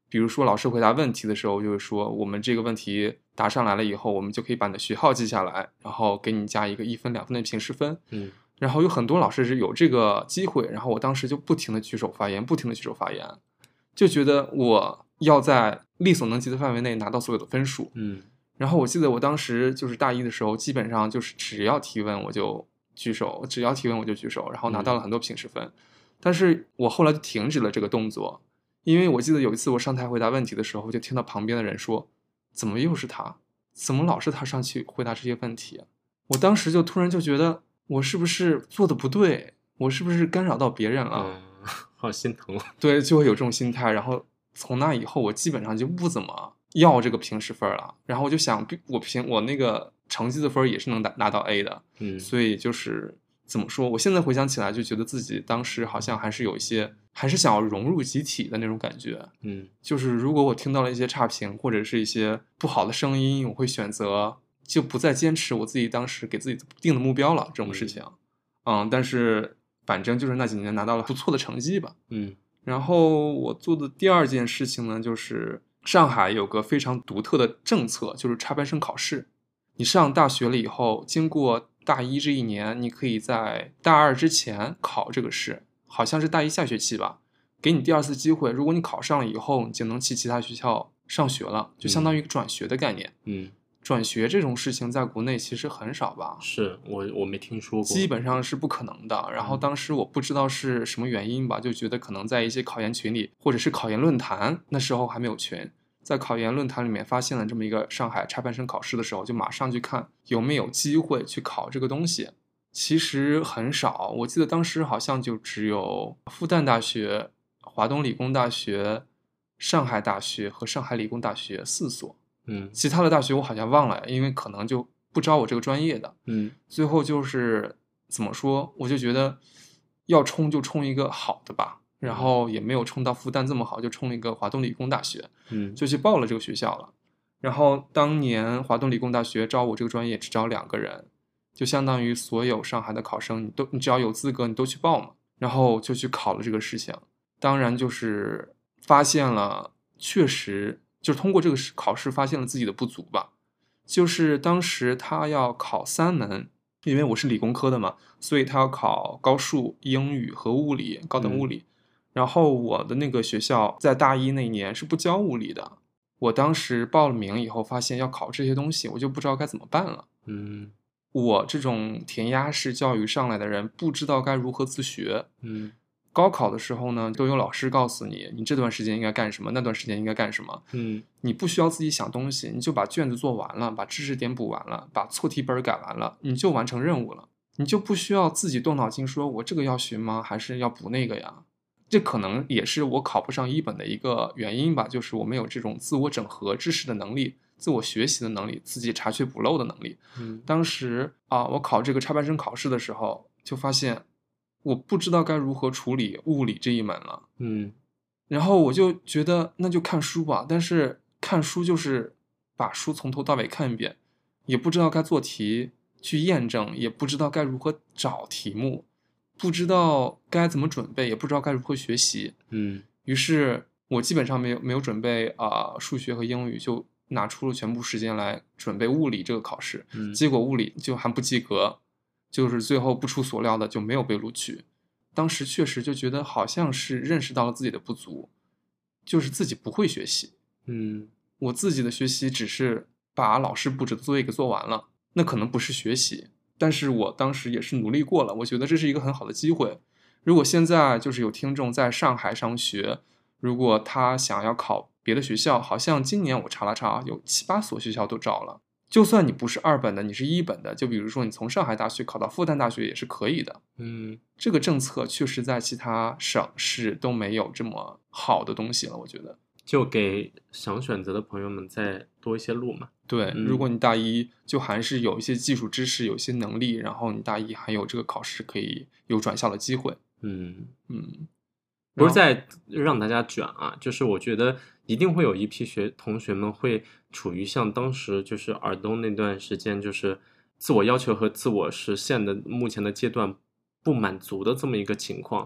比如说老师回答问题的时候，就是说我们这个问题答上来了以后，我们就可以把你的学号记下来，然后给你加一个一分两分的平时分。 嗯， 然后有很多老师是有这个机会，然后我当时就不停的举手发言，不停的举手发言，就觉得我要在力所能及的范围内拿到所有的分数。 嗯， 然后我记得我当时就是大一的时候，基本上就是只要提问我就举手，只要提问我就举手，然后拿到了很多平时分。嗯、但是我后来就停止了这个动作，因为我记得有一次我上台回答问题的时候，就听到旁边的人说：“怎么又是他？怎么老是他上去回答这些问题？”我当时就突然就觉得，我是不是做的不对？我是不是干扰到别人了？ 嗯，好心疼。 对，就会有这种心态。然后从那以后，我基本上就不怎么要这个平时分了。然后我就想，我平我那个成绩的分也是能拿拿到 A 的。 嗯， 所以就是怎么说？我现在回想起来，就觉得自己当时好像还是有一些，还是想要融入集体的那种感觉。 嗯， 就是如果我听到了一些差评或者是一些不好的声音，我会选择就不再坚持我自己当时给自己定的目标了。这种事情，嗯, 嗯，但是反正就是那几年拿到了不错的成绩吧。 嗯， 然后我做的第二件事情呢，就是上海有个非常独特的政策，就是插班生考试。你上大学了以后，经过大一这一年，你可以在大二之前考这个试，好像是大一下学期吧，给你第二次机会。如果你考上了以后，你就能去其他学校上学了，就相当于转学的概念。 嗯， 转学这种事情在国内其实很少吧？ 是我我没听说过， 基本上是不可能的。然后当时我不知道是什么原因吧，就觉得可能在一些考研群里，或者是考研论坛，那时候还没有群，在考研论坛里面发现了这么一个上海插班生考试的时候，就马上去看有没有机会去考这个东西。其实很少，我记得当时好像就只有复旦大学、华东理工大学、上海大学和上海理工大学四所。 嗯， 其他的大学我好像忘了，因为可能就不招我这个专业的。 嗯， 最后就是怎么说，我就觉得要冲就冲一个好的吧，然后也没有冲到复旦这么好，就冲了一个华东理工大学， 嗯， 就去报了这个学校了。然后当年华东理工大学招我这个专业只招两个人，就相当于所有上海的考生，你都你只要有资格你都去报嘛，然后就去考了这个事情。当然就是发现了，确实就是通过这个考试发现了自己的不足吧。就是当时他要考三门，因为我是理工科的嘛，所以他要考高数、英语和物理，高等物理。嗯、然后我的那个学校在大一那年是不教物理的。我当时报了名以后，发现要考这些东西，我就不知道该怎么办了。 嗯， 我这种填鸭式教育上来的人，不知道该如何自学。 嗯。 高考的时候呢，都有老师告诉你，你这段时间应该干什么，那段时间应该干什么。 嗯， 你不需要自己想东西，你就把卷子做完了，把知识点补完了，把错题本改完了，你就完成任务了。你就不需要自己动脑筋说，我这个要学吗？还是要补那个呀？这可能也是我考不上一本的一个原因吧，就是我没有这种自我整合知识的能力，自我学习的能力，自己查缺补漏的能力。 嗯， 当时啊，我考这个插班生考试的时候，就发现我不知道该如何处理物理这一门了。 嗯， 然后我就觉得那就看书吧，但是看书就是把书从头到尾看一遍，也不知道该做题去验证，也不知道该如何找题目，不知道该怎么准备，也不知道该如何学习。 嗯， 于是我基本上没有没有准备啊、呃、数学和英语，就拿出了全部时间来准备物理这个考试。 嗯， 结果物理就还不及格，就是最后不出所料的就没有被录取。当时确实就觉得好像是认识到了自己的不足，就是自己不会学习。 嗯， 我自己的学习只是把老师布置的作业给做完了，那可能不是学习，但是我当时也是努力过了，我觉得这是一个很好的机会。如果现在就是有听众在上海上学，如果他想要考别的学校，好像今年我查了查，有七八所学校都招了。就算你不是二本的，你是一本的，就比如说你从上海大学考到复旦大学也是可以的。 嗯， 这个政策确实在其他省市都没有这么好的东西了，我觉得。 就给想选择的朋友们再多一些路嘛。 对， 嗯、 如果你大一就还是有一些技术知识，有一些能力，然后你大一还有这个考试可以有转校的机会。 嗯嗯， 不是在让大家卷啊，就是我觉得一定会有一批学同学们会处于像当时就是尔东那段时间，就是自我要求和自我实现的目前的阶段不满足的这么一个情况。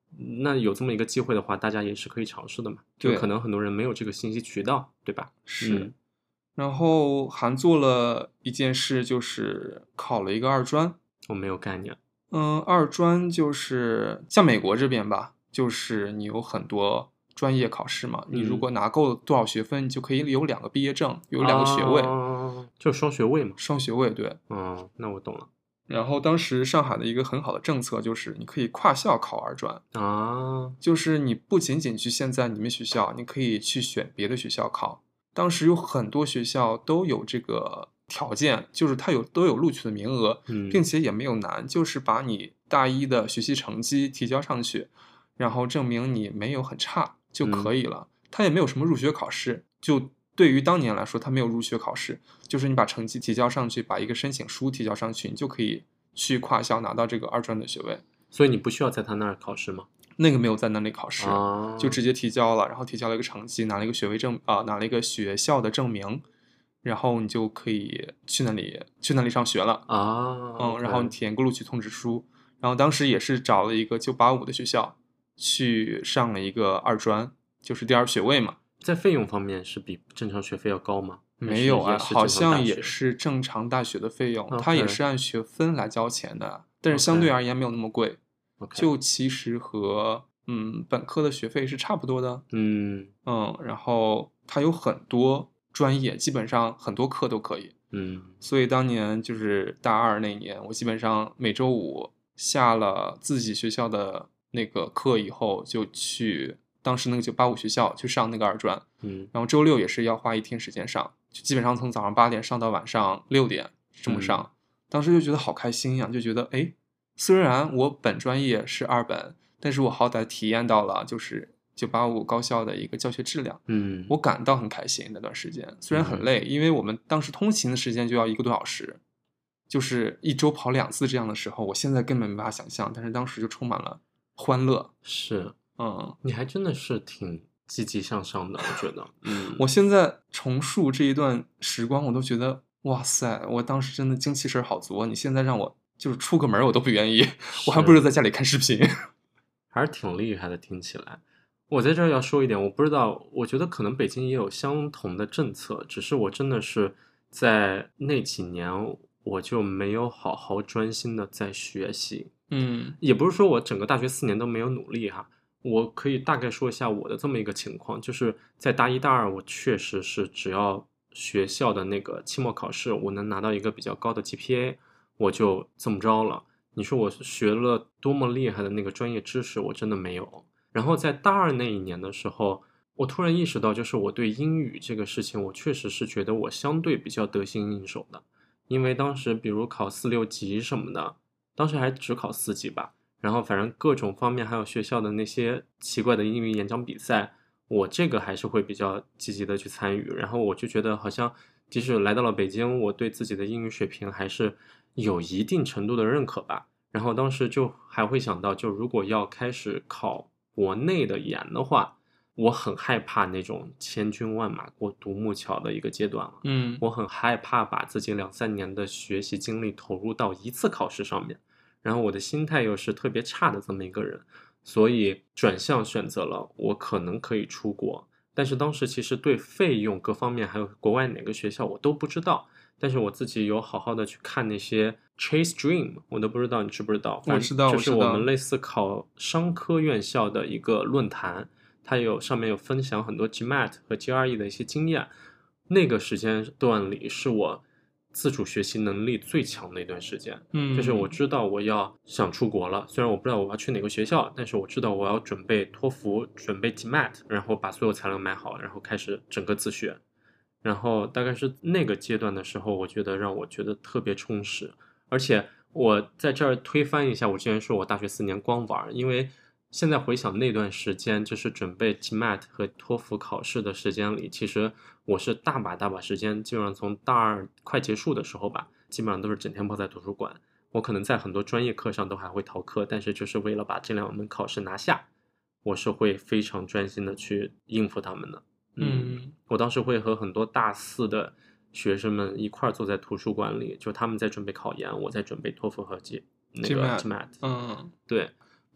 那有这么一个机会的话，大家也是可以尝试的嘛。就可能很多人没有这个信息渠道，对吧？ 是。 嗯、 然后还做了一件事，就是考了一个二专。 我没有概念。 嗯，二专就是像美国这边吧，就是你有很多专业考试嘛，你如果拿够多少学分，你就可以有两个毕业证，有两个学位， 啊、就双学位嘛。 双学位，对。 嗯，那我懂了。 然后当时上海的一个很好的政策就是你可以跨校考二专啊， 就是你不仅仅局限在你们学校，你可以去选别的学校考。当时有很多学校都有这个条件，就是它有都有录取的名额， 嗯， 并且也没有难，就是把你大一的学习成绩提交上去，然后证明你没有很差就可以了。它也没有什么入学考试，就对于当年来说，它没有入学考试，就是你把成绩提交上去，把一个申请书提交上去，你就可以去跨校拿到这个二专的学位。 所以你不需要在他那儿考试吗？ 那个没有在那里考试， 啊、 就直接提交了，然后提交了一个成绩，拿了一个学位证啊、呃，拿了一个学校的证明，然后你就可以去那里去那里上学了啊。 嗯， okay. 然后你填个录取通知书，然后当时也是找了一个九八五的学校去上了一个二专，就是第二学位嘛。 在费用方面是比正常学费要高吗？ 没有啊，好像也是正常大学的费用， okay. 它也是按学分来交钱的，但是相对而言没有那么贵， okay. 就其实和嗯本科的学费是差不多的。 嗯嗯，然后它有很多专业，基本上很多课都可以。 嗯， 所以当年就是大二那年，我基本上每周五下了自己学校的那个课以后，就去当时那个九八五学校去上那个二专。 嗯， 然后周六也是要花一天时间上，就基本上从早上八点上到晚上六点这么上。 嗯、 当时就觉得好开心呀，就觉得哎，虽然我本专业是二本，但是我好歹体验到了就是九八五高校的一个教学质量。 嗯， 我感到很开心那段时间，虽然很累、嗯、因为我们当时通勤的时间就要一个多小时，就是一周跑两次这样的时候，我现在根本没办法想象，但是当时就充满了欢乐。 是， 嗯， 你还真的是挺积极向上的，我觉得。嗯， 我现在重述这一段时光，我都觉得哇塞，我当时真的精气神好足。你现在让我就是出个门我都不愿意，我还不如在家里看视频。 还是挺厉害的，听起来。我在这儿要说一点，我不知道，我觉得可能北京也有相同的政策，只是我真的是在那几年我就没有好好专心的在学习。 嗯， 也不是说我整个大学四年都没有努力哈，我可以大概说一下我的这么一个情况，就是在大一大二我确实是只要学校的那个期末考试我能拿到一个比较高的 G P A 我就这么着了。你说我学了多么厉害的那个专业知识，我真的没有。然后在大二那一年的时候，我突然意识到，就是我对英语这个事情，我确实是觉得我相对比较得心应手的。因为当时比如考四六级什么的，当时还只考四级吧，然后反正各种方面还有学校的那些奇怪的英语演讲比赛，我这个还是会比较积极的去参与。然后我就觉得好像即使来到了北京，我对自己的英语水平还是有一定程度的认可吧。然后当时就还会想到，就如果要开始考国内的研的话，我很害怕那种千军万马过独木桥的一个阶段了。 嗯， 我很害怕把自己两三年的学习精力投入到一次考试上面，然后我的心态又是特别差的这么一个人，所以转向选择了我可能可以出国。但是当时其实对费用各方面还有国外哪个学校我都不知道，但是我自己有好好的去看那些 Chase Dream， 我都不知道你知不知道。 我知道， 就是我们类似考商科院校的一个论坛，它有上面有分享很多 GMAT 和 G R E 的一些经验。那个时间段里是我自主学习能力最强的一段时间。 嗯， 就是我知道我要想出国了，虽然我不知道我要去哪个学校，但是我知道我要准备托福，准备 GMAT， 然后把所有材料买好，然后开始整个自学。然后大概是那个阶段的时候，我觉得让我觉得特别充实。而且我在这儿推翻一下我之前说我大学四年光玩，因为现在回想那段时间，就是准备 GMAT 和托福考试的时间里，其实我是大把大把时间，基本上从大二快结束的时候吧，基本上都是整天泡在图书馆。我可能在很多专业课上都还会逃课，但是就是为了把这两门考试拿下，我是会非常专心的去应付他们的。嗯，我当时会和很多大四的学生们一块坐在图书馆里，就他们在准备考研，我在准备托福和 G 那个 GMAT。 嗯， 对。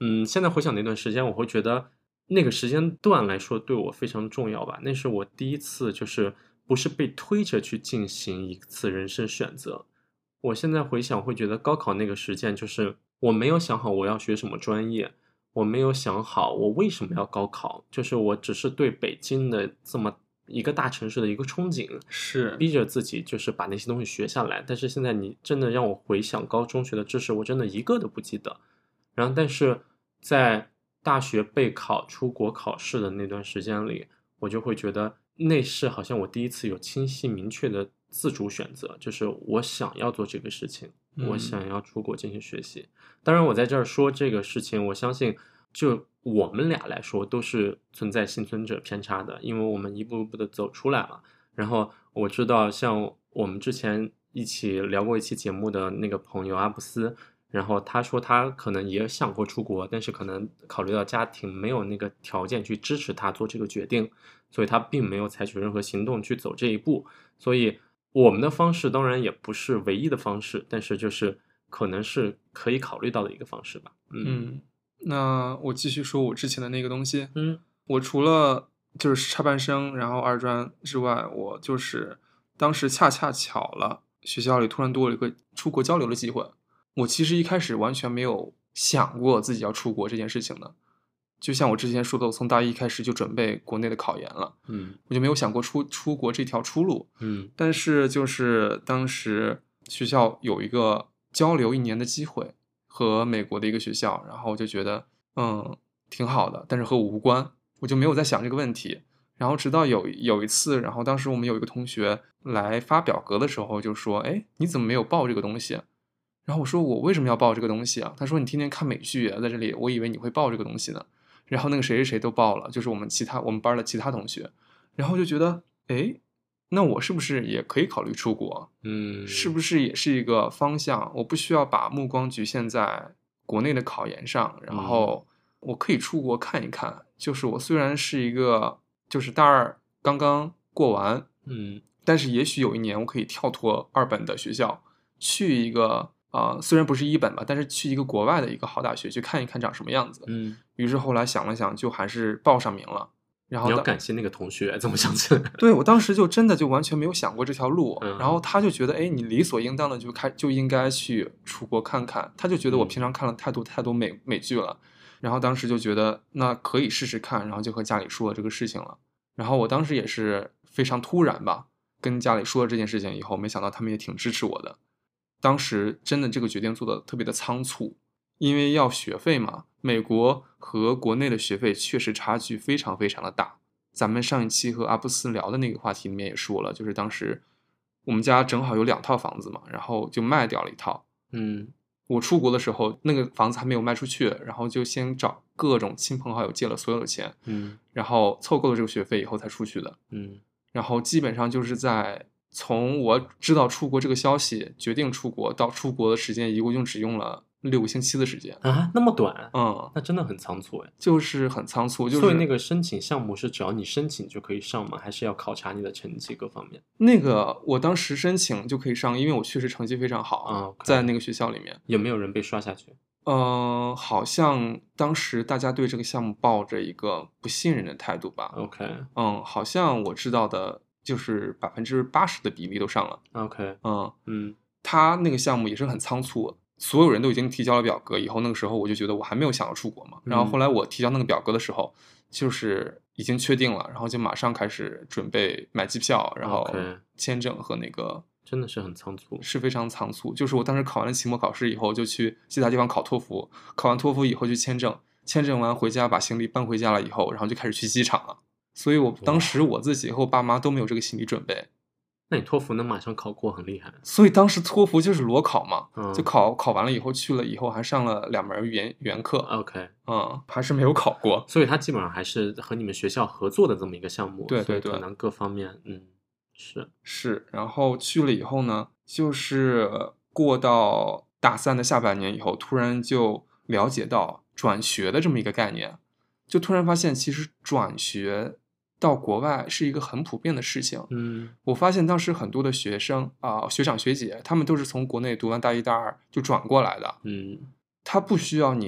嗯，现在回想那段时间，我会觉得那个时间段来说对我非常重要吧。那是我第一次就是不是被推着去进行一次人生选择。我现在回想会觉得高考那个时间就是我没有想好我要学什么专业，我没有想好我为什么要高考，就是我只是对北京的这么一个大城市的一个憧憬， 是逼着自己就是把那些东西学下来。但是现在你真的让我回想高中学的知识，我真的一个都不记得。然后但是在大学备考出国考试的那段时间里，我就会觉得那是好像我第一次有清晰明确的自主选择，就是我想要做这个事情， 嗯我想要出国进行学习。当然我在这儿说这个事情，我相信就我们俩来说都是存在幸存者偏差的，因为我们一步一步的走出来了。然后我知道像我们之前一起聊过一期节目的那个朋友阿布斯，然后他说他可能也想过出国，但是可能考虑到家庭没有那个条件去支持他做这个决定，所以他并没有采取任何行动去走这一步。所以我们的方式当然也不是唯一的方式，但是就是可能是可以考虑到的一个方式吧。嗯嗯，那我继续说我之前的那个东西。 嗯我除了就是插班生，然后二专之外，我就是当时恰恰巧了，学校里突然多了一个出国交流的机会。我其实一开始完全没有想过自己要出国这件事情的，就像我之前说的，我从大一开始就准备国内的考研了， 嗯我就没有想过出出国这条出路。 嗯但是就是当时学校有一个交流一年的机会，和美国的一个学校，然后我就觉得嗯挺好的，但是和我无关，我就没有在想这个问题。然后直到有有一次，然后当时我们有一个同学来发表格的时候就说：哎，你怎么没有报这个东西？然后我说我为什么要报这个东西啊？他说你天天看美剧啊，在这里，我以为你会报这个东西呢。然后那个谁谁谁都报了，就是我们其他我们班的其他同学，然后就觉得，哎，那我是不是也可以考虑出国？ 嗯， 是不是也是一个方向？我不需要把目光局限在国内的考研上，然后我可以出国看一看。就是我虽然是一个就是大二刚刚过完， 嗯但是也许有一年我可以跳脱二本的学校，去一个啊、呃虽然不是一本吧，但是去一个国外的一个好大学去看一看长什么样子。 嗯， 于是后来想了想，就还是报上名了。然后你要当感谢那个同学，怎么想起来？ 对，我当时就真的就完全没有想过这条路， 嗯然后他就觉得，哎，你理所应当的就开就应该去出国看看，他就觉得我嗯平常看了太多太多美美剧了，然后当时就觉得那可以试试看，然后就和家里说了这个事情了。然后我当时也是非常突然吧，跟家里说了这件事情以后，没想到他们也挺支持我的。当时真的这个决定做的特别的仓促，因为要学费嘛，美国和国内的学费确实差距非常非常的大。咱们上一期和阿布斯聊的那个话题里面也说了，就是当时我们家正好有两套房子嘛，然后就卖掉了一套。 嗯我出国的时候，那个房子还没有卖出去，然后就先找各种亲朋好友借了所有的钱， 嗯然后凑够了这个学费以后才出去的。 嗯然后基本上就是在从我知道出国这个消息，决定出国到出国的时间，一共就只用了六个星期的时间。 啊，那么短， 嗯， 那真的很仓促哎。 就是很仓促，就是所以那个申请项目是只要你申请就可以上吗？还是要考察你的成绩各方面？ 那个我当时申请就可以上，因为我确实成绩非常好， 啊，OK 在那个学校里面。 有没有人被刷下去？ 嗯、好像当时大家对这个项目抱着一个不信任的态度吧。 OK 嗯，好像我知道的就是百分之八十的比例都上了。 OK， 嗯， 嗯他那个项目也是很仓促，所有人都已经提交了表格以后，那个时候我就觉得我还没有想要出国嘛。然后后来我提交那个表格的时候，就是已经确定了，然后就马上开始准备买机票，然后 OK 签证和那个真的是很仓促。 是非常仓促。就是我当时考完了期末考试以后，就去其他地方考托福，考完托福以后就签证，签证完回家把行李搬回家了以后，然后就开始去机场了。所以我当时我自己和我爸妈都没有这个心理准备。 那你托福能马上考过，很厉害。 所以当时托福就是裸考嘛， 嗯就考考完了以后去了以后还上了两门语言语言课， OK， 嗯，还是没有考过。 所以它基本上还是和你们学校合作的这么一个项目， 对对对所以可能各方面，嗯，是， 是，然后去了以后呢，就是过到大三的下半年以后，突然就了解到转学的这么一个概念，就突然发现其实转学到国外是一个很普遍的事情。 嗯我发现当时很多的学生啊、学长学姐，他们都是从国内读完大一大二就转过来的， 嗯他不需要你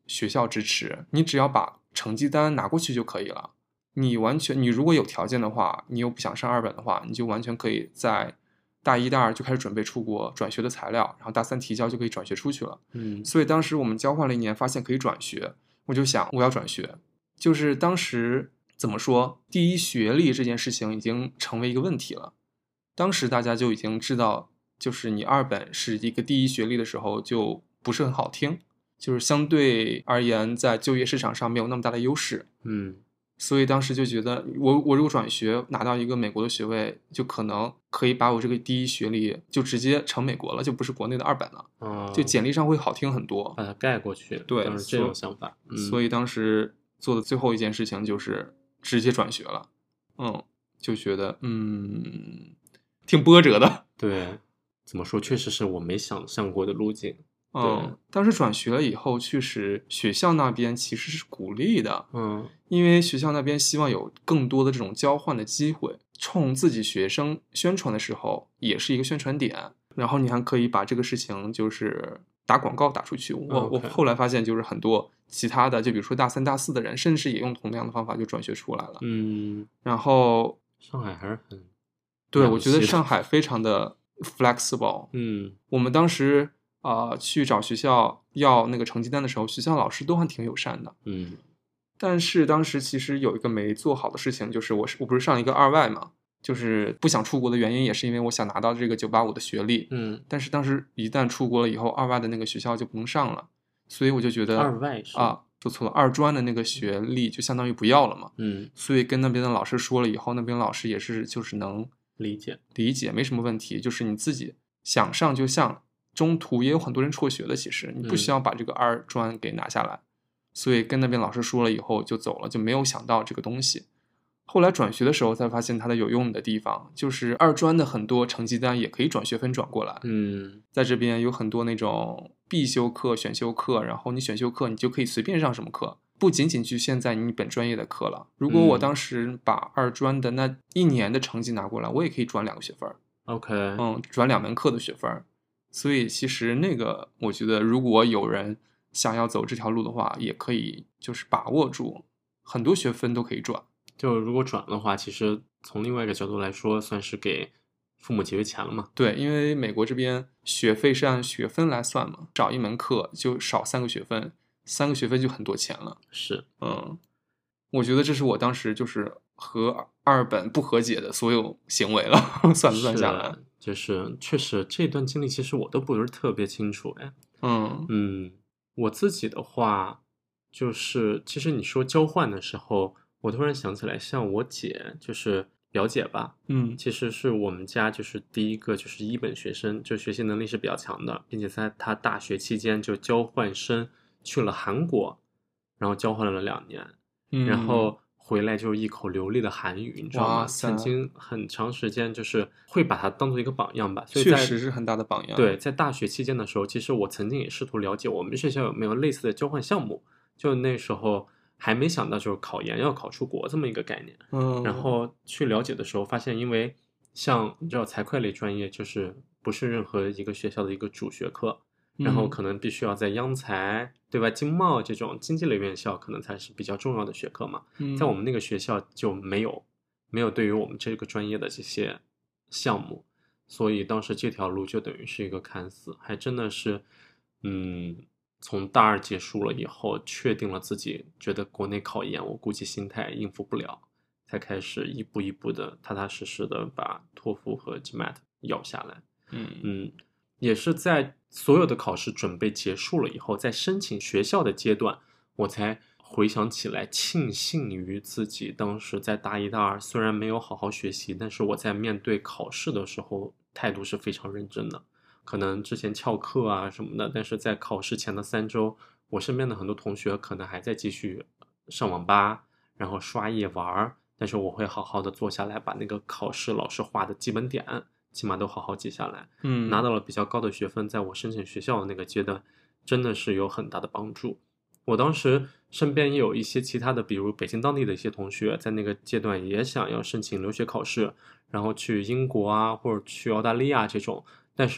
学校支持，你只要把成绩单拿过去就可以了。你完全，你如果有条件的话，你又不想上二本的话，你就完全可以在大一、大二就开始准备出国转学的材料，然后大三提交就可以转学出去了。 嗯， 所以当时我们交换了一年，发现可以转学，我就想我要转学。就是当时怎么说，第一学历这件事情已经成为一个问题了。当时大家就已经知道，就是你二本是一个第一学历的时候，就不是很好听，就是相对而言，在就业市场上没有那么大的优势。 嗯， 所以当时就觉得我我如果转学拿到一个美国的学位，就可能可以把我这个第一学历就直接成美国了，就不是国内的二本了， 哦， 就简历上会好听很多， 把它盖过去。 对， 当时这种想法。嗯， 所以当时做的最后一件事情就是直接转学了。嗯，就觉得嗯挺波折的。 对，怎么说，确实是我没想象过的路径。 嗯，当时转学了以后，确实学校那边其实是鼓励的， 嗯， 因为学校那边希望有更多的这种交换的机会，冲自己学生宣传的时候也是一个宣传点。然后你还可以把这个事情就是打广告打出去。我、 哦 OK 我后来发现，就是很多其他的，就比如说大三、大四的人，甚至也用同样的方法就转学出来了。 嗯， 然后上海还是很对， 两我觉得栖的上海非常的 flexible。 嗯我们当时啊、呃去找学校要那个成绩单的时候，学校老师都还挺友善的。 嗯但是当时其实有一个没做好的事情，就是我是我不是上一个二外嘛，就是不想出国的原因也是因为我想拿到这个九八五的学历。 嗯， 但是当时一旦出国了以后，二外的那个学校就不能上了，所以我就觉得二外是啊，说错了，二专的那个学历就相当于不要了嘛。 嗯， 所以跟那边的老师说了以后，那边老师也是就是能理解。 理解，没什么问题，就是你自己想上就上，中途也有很多人辍学的，其实你不需要把这个二专给拿下来。所以跟那边老师说了以后就走了，就没有想到这个东西。后来转学的时候才发现它的有用的地方，就是二专的很多成绩单也可以转学分转过来。 嗯在这边有很多那种必修课、选修课，然后你选修课你就可以随便上什么课，不仅仅局限在你本专业的课了。如果我当时把二专的那一年的成绩拿过来，我也可以转两个学分。 ，OK， 嗯，转两门课的学分。所以其实那个我觉得，如果有人想要走这条路的话，也可以就是把握住，很多学分都可以转。 就如果转的话，其实从另外一个角度来说，算是给父母节约钱了嘛。 对，因为美国这边学费是按学分来算嘛，少一门课就少三个学分，三个学分就很多钱了。 是， 嗯，我觉得这是我当时就是和二本不和解的所有行为了，算算下来， 是就是确实这段经历，其实我都不是特别清楚。哎， 嗯嗯，我自己的话，就是其实你说交换的时候，我突然想起来，像我姐，就是表姐吧， 嗯其实是我们家就是第一个就是一本学生，就学习能力是比较强的，并且在她大学期间就交换生去了韩国，然后交换了两年， 嗯， 然后回来就一口流利的韩语，你知道吗？ 哇塞曾经很长时间就是会把它当做一个榜样吧，所以确在实是很大的榜样。 对，在大学期间的时候，其实我曾经也试图了解我们学校有没有类似的交换项目，就那时候还没想到就是考研要考出国这么一个概念。 嗯， 然后去了解的时候，发现因为像你知道财会类专业就是不是任何一个学校的一个主学科，然后嗯可能必须要在央财、对吧、经贸这种经济类院校可能才是比较重要的学科嘛。 嗯在我们那个学校就没有没有对于我们这个专业的这些项目，所以当时这条路就等于是一个看似，还真的是，嗯，从大二结束了以后，确定了自己觉得国内考研，我估计心态应付不了，才开始一步一步的踏踏实实的把托福和 G M A T 咬下来。 嗯嗯，也是在所有的考试准备结束了以后，在申请学校的阶段，我才回想起来，庆幸于自己当时在大一、大二虽然没有好好学习，但是我在面对考试的时候态度是非常认真的。可能之前翘课啊什么的，但是在考试前的三周，我身边的很多同学可能还在继续上网吧，然后刷夜玩儿，但是我会好好的坐下来，把那个考试老师画的基本点，起码都好好记下来。 嗯， 拿到了比较高的学分，在我申请学校的那个阶段，真的是有很大的帮助。我当时身边也有一些其他的，比如北京当地的一些同学，在那个阶段也想要申请留学考试，然后去英国啊，或者去澳大利亚这种，但是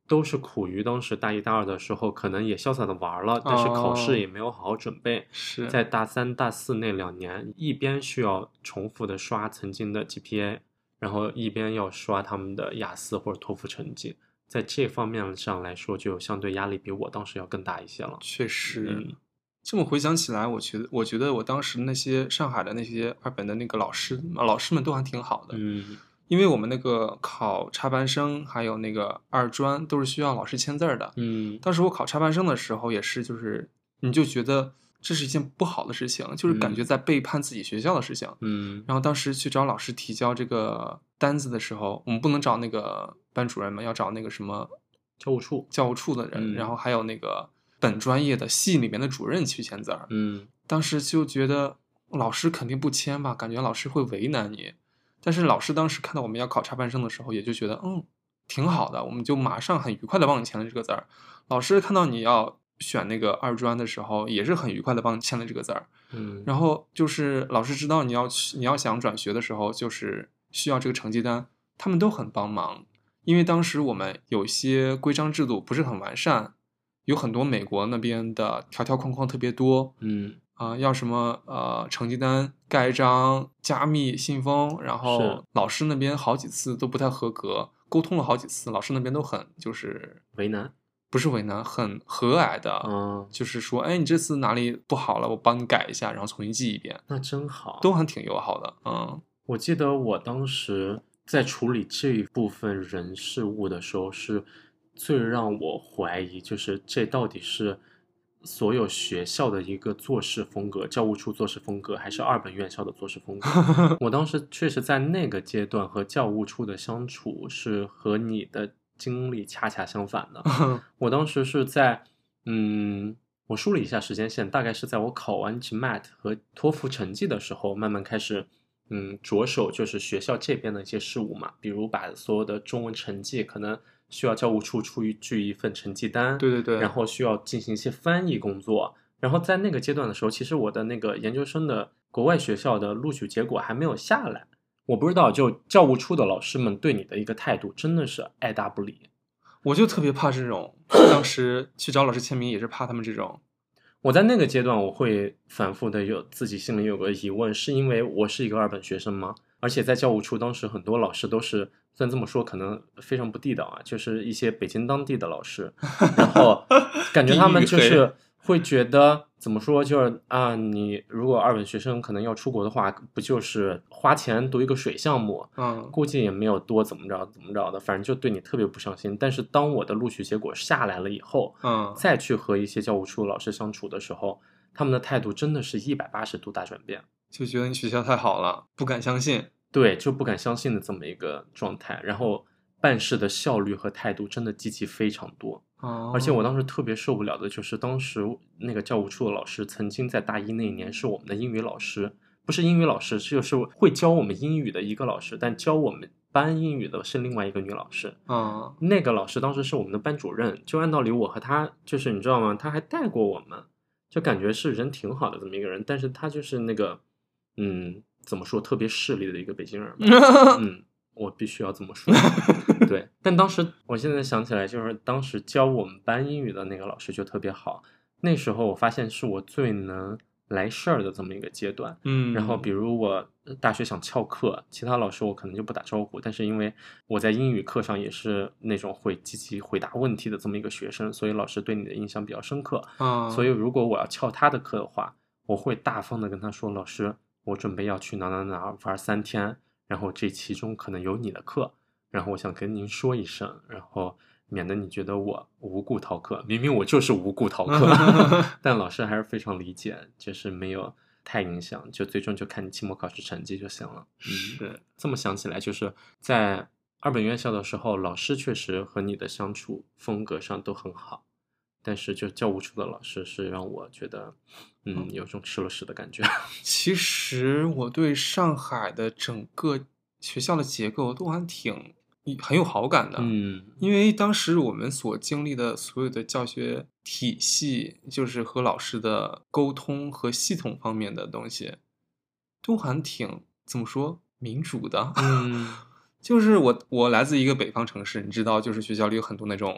都是苦于当时大一大二的时候可能也潇洒的玩了，但是考试也没有好好准备， 是在大三大四那两年一边需要重复的刷曾经的 G P A， 然后一边要刷他们的雅思或者托福成绩，在这方面上来说就相对压力比我当时要更大一些了。 确实、 嗯、 这么回想起来，我觉得我觉得我当时那些上海的那些二本的那个老师老师们都还挺好的。 嗯， 因为我们那个考插班生还有那个二专都是需要老师签字的。 嗯， 当时我考插班生的时候也是，就是你就觉得这是一件不好的事情，就是感觉在背叛自己学校的事情。 嗯， 然后当时去找老师提交这个单子的时候，我们不能找那个班主任嘛，要找那个什么教务处教务处的嗯、 人，然后还有那个本专业的系里面的主任去签字儿。 嗯， 当时就觉得老师肯定不签吧，感觉老师会为难你。但是老师当时看到我们要考插班生的时候，也就觉得嗯挺好的，我们就马上很愉快的帮你签了这个字儿。老师看到你要选那个二专的时候，也是很愉快的帮你签了这个字儿。 嗯， 然后就是老师知道你要去你要想转学的时候，就是需要这个成绩单，他们都很帮忙。因为当时我们有些规章制度不是很完善，有很多美国那边的条条框框特别多。 嗯。 啊、呃，要什么呃成绩单盖章、加密信封，然后老师那边好几次都不太合格，沟通了好几次，老师那边都很就是为难， 不是为难，很和蔼的， 嗯， 就是说，哎，你这次哪里不好了，我帮你改一下，然后重新记一遍， 那真好， 都还挺友好的，嗯。 我记得我当时在处理这一部分人事物的时候，是最让我怀疑，就是这到底是所有学校的一个做事风格，教务处做事风格，还是二本院校的做事风格？我当时确实在那个阶段和教务处的相处是和你的经历恰恰相反的。我当时是在，嗯，我梳理一下时间线，大概是在我考完 G M A T 和托福成绩的时候，慢慢开始，嗯，着手就是学校这边的一些事务嘛，比如把所有的中文成绩可能需要教务处出具一份成绩单， 对对对， 然后需要进行一些翻译工作。然后在那个阶段的时候，其实我的那个研究生的国外学校的录取结果还没有下来。我不知道，就教务处的老师们对你的一个态度真的是爱答不理。 我就特别怕这种，当时去找老师签名也是怕他们这种。 我在那个阶段，我会反复的有自己心里有个疑问，是因为我是一个二本学生吗？而且在教务处，当时很多老师都是，虽然这么说可能非常不地道啊，就是一些北京当地的老师，然后感觉他们就是会觉得怎么说，就是啊，你如果二本学生可能要出国的话，不就是花钱读一个水项目， 嗯， 估计也没有多怎么着怎么着的，反正就对你特别不上心。但是当我的录取结果下来了以后， 嗯， 再去和一些教务处老师相处的时候，他们的态度真的是一百八十度大转变。 就觉得你学校太好了，不敢相信。 对，就不敢相信的这么一个状态，然后办事的效率和态度真的积极非常多。 哦， 而且我当时特别受不了的就是当时那个教务处的老师曾经在大一那一年是我们的英语老师，不是英语老师，就是会教我们英语的一个老师，但教我们班英语的是另外一个女老师。 嗯， 那个老师当时是我们的班主任，就按道理我和他就是你知道吗？他还带过我们，就感觉是人挺好的这么一个人，但是他就是那个嗯。怎么说特别势利的一个北京人吧，嗯，我必须要这么说。对，但当时我现在想起来，就是当时教我们班英语的那个老师就特别好。那时候我发现是我最能来事儿的这么一个阶段。 嗯， 然后比如我大学想翘课，其他老师我可能就不打招呼，但是因为我在英语课上也是那种会积极回答问题的这么一个学生，所以老师对你的印象比较深刻。 嗯， 所以如果我要翘他的课的话，我会大方的跟他说，老师。我准备要去哪哪哪玩三天，然后这其中可能有你的课，然后我想跟您说一声，然后免得你觉得我无故逃课，明明我就是无故逃课，但老师还是非常理解，就是没有太影响，就最终就看你期末考试成绩就行了。嗯， 是这么想起来，就是在二本院校的时候，老师确实和你的相处风格上都很好。但是就教务处的老师是让我觉得，嗯，有种吃了屎的感觉。 其实我对上海的整个学校的结构都还挺很有好感的， 嗯， 因为当时我们所经历的所有的教学体系，就是和老师的沟通和系统方面的东西，都还挺怎么说民主的。 嗯， 就是我我来自一个北方城市，你知道，就是学校里有很多那种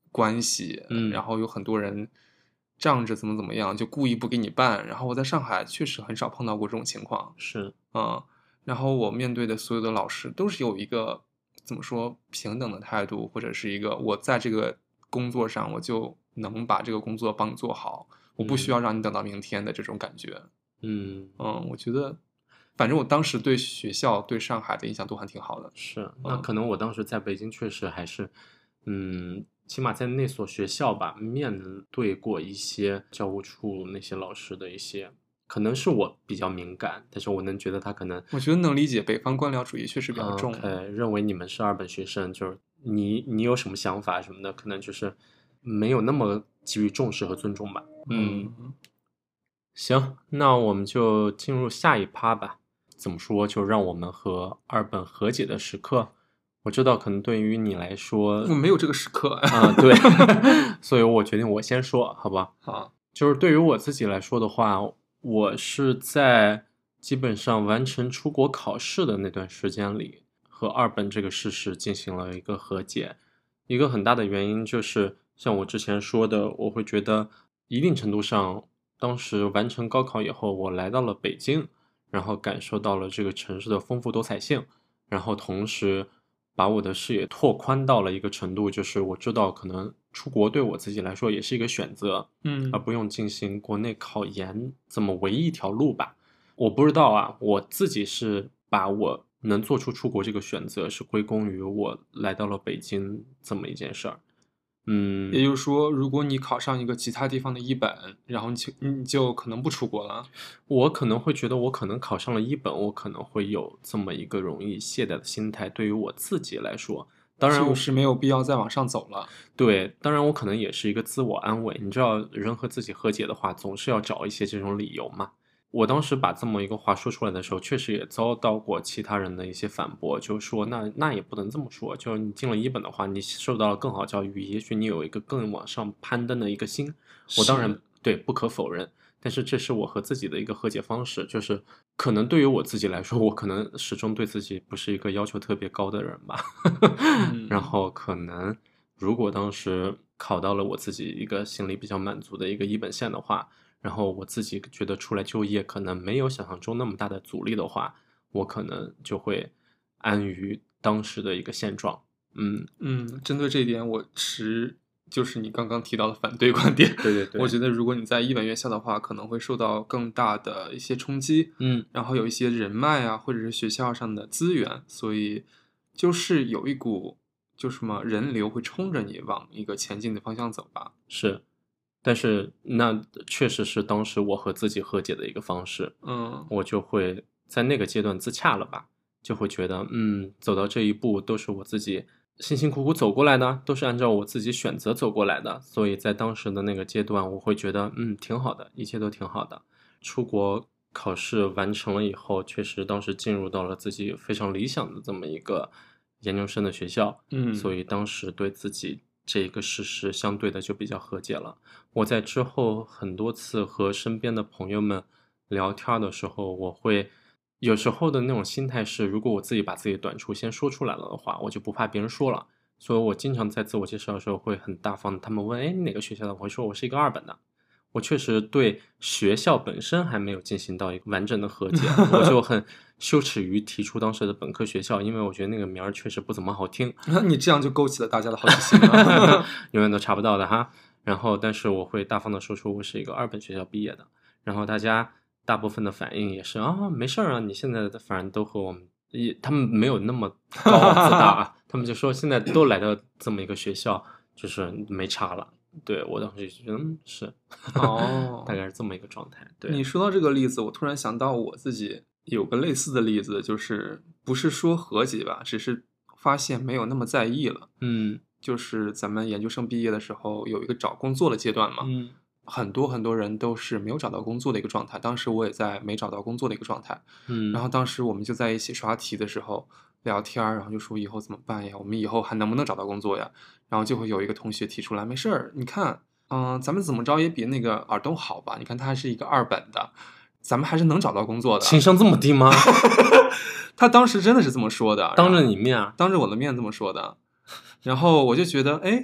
关系， 嗯， 然后有很多人仗着怎么怎么样就故意不给你办，然后我在上海确实很少碰到过这种情况， 是， 嗯，然后我面对的所有的老师都是有一个怎么说平等的态度，或者是一个我在这个工作上我就能把这个工作帮你做好，我不需要让你等到明天的这种感觉。 嗯嗯，我觉得反正我当时对学校对上海的印象都还挺好的。 是，那嗯可能我当时在北京确实还是，嗯，起码在那所学校吧，面对过一些教务处那些老师的一些，可能是我比较敏感，但是我能觉得他可能， 我觉得能理解北方官僚主义确实比较嗯重。 ，OK，认为你们是二本学生，就是你你有什么想法什么的，可能就是没有那么给予重视和尊重吧。嗯， 嗯行，那我们就进入下一趴吧。怎么说？就让我们和二本和解的时刻。我知道，可能对于你来说， 我没有这个时刻。 啊、对，所以我决定我先说，好吧？ 好， 就是对于我自己来说的话，我是在基本上完成出国考试的那段时间里，和二本这个事实进行了一个和解。一个很大的原因就是，像我之前说的，我会觉得一定程度上，当时完成高考以后，我来到了北京，然后感受到了这个城市的丰富多彩性，然后同时把我的视野拓宽到了一个程度，就是我知道可能出国对我自己来说也是一个选择， 嗯而不用进行国内考研这么唯一一条路吧。我不知道啊，我自己是把我能做出出国这个选择是归功于我来到了北京这么一件事儿。嗯， 也就是说，如果你考上一个其他地方的一本，然后你就你就可能不出国了。 我可能会觉得我可能考上了一本，我可能会有这么一个容易懈怠的心态。对于我自己来说，当然我就是没有必要再往上走了。 对，当然我可能也是一个自我安慰。你知道，人和自己和解的话，总是要找一些这种理由嘛。我当时把这么一个话说出来的时候，确实也遭到过其他人的一些反驳，就是说那那也不能这么说，就是你进了一本的话，你受到了更好教育，也许你有一个更往上攀登的一个心。我当然是对不可否认，但是这是我和自己的一个和解方式，就是可能对于我自己来说，我可能始终对自己不是一个要求特别高的人吧。 嗯然后可能如果当时考到了我自己一个心里比较满足的一个一本线的话，然后我自己觉得出来就业可能没有想象中那么大的阻力的话，我可能就会安于当时的一个现状。嗯， 嗯，针对这一点，我持就是你刚刚提到的反对观点。 对对对， 我觉得如果你在一本院校的话，可能会受到更大的一些冲击。 嗯然后有一些人脉啊，或者是学校上的资源，所以就是有一股就什么人流会冲着你往一个前进的方向走吧。 是，但是那确实是当时我和自己和解的一个方式。 嗯我就会在那个阶段自洽了吧，就会觉得，嗯，走到这一步都是我自己辛辛苦苦走过来的，都是按照我自己选择走过来的，所以在当时的那个阶段，我会觉得，嗯，挺好的，一切都挺好的。出国考试完成了以后，确实当时进入到了自己非常理想的这么一个研究生的学校， 嗯， 所以当时对自己这个事实相对的就比较和解了。我在之后很多次和身边的朋友们聊天的时候，我会有时候的那种心态是，如果我自己把自己的短处先说出来了的话，我就不怕别人说了。所以我经常在自我介绍的时候会很大方的，他们问，哎，你哪个学校的？我会说我是一个二本的。我确实对学校本身还没有进行到一个完整的和解，我就很羞耻于提出当时的本科学校，因为我觉得那个名儿确实不怎么好听。 你这样就勾起了大家的好奇心了。 永远都查不到的哈。然后，但是我会大方的说出我是一个二本学校毕业的，然后大家大部分的反应也是啊，没事儿啊，你现在的反正都和我们，也他们没有那么高傲自大啊，他们就说现在都来到这么一个学校，就是没差了。对，我当时就觉得嗯是， 哦大概是这么一个状态。对， 你说到这个例子，我突然想到我自己有个类似的例子，就是不是说和解吧，只是发现没有那么在意了。 嗯就是咱们研究生毕业的时候有一个找工作的阶段嘛， 嗯很多很多人都是没有找到工作的一个状态，当时我也在没找到工作的一个状态。 嗯， 然后当时我们就在一起刷题的时候聊天儿，然后就说以后怎么办呀？我们以后还能不能找到工作呀？然后就会有一个同学提出来，没事儿，你看，嗯、咱们怎么着也比那个尔东好吧？你看他还是一个二本的，咱们还是能找到工作的。 情商这么低吗？ 他当时真的是这么说的， 当着然后你面啊？ 当着我的面这么说的。然后我就觉得，哎，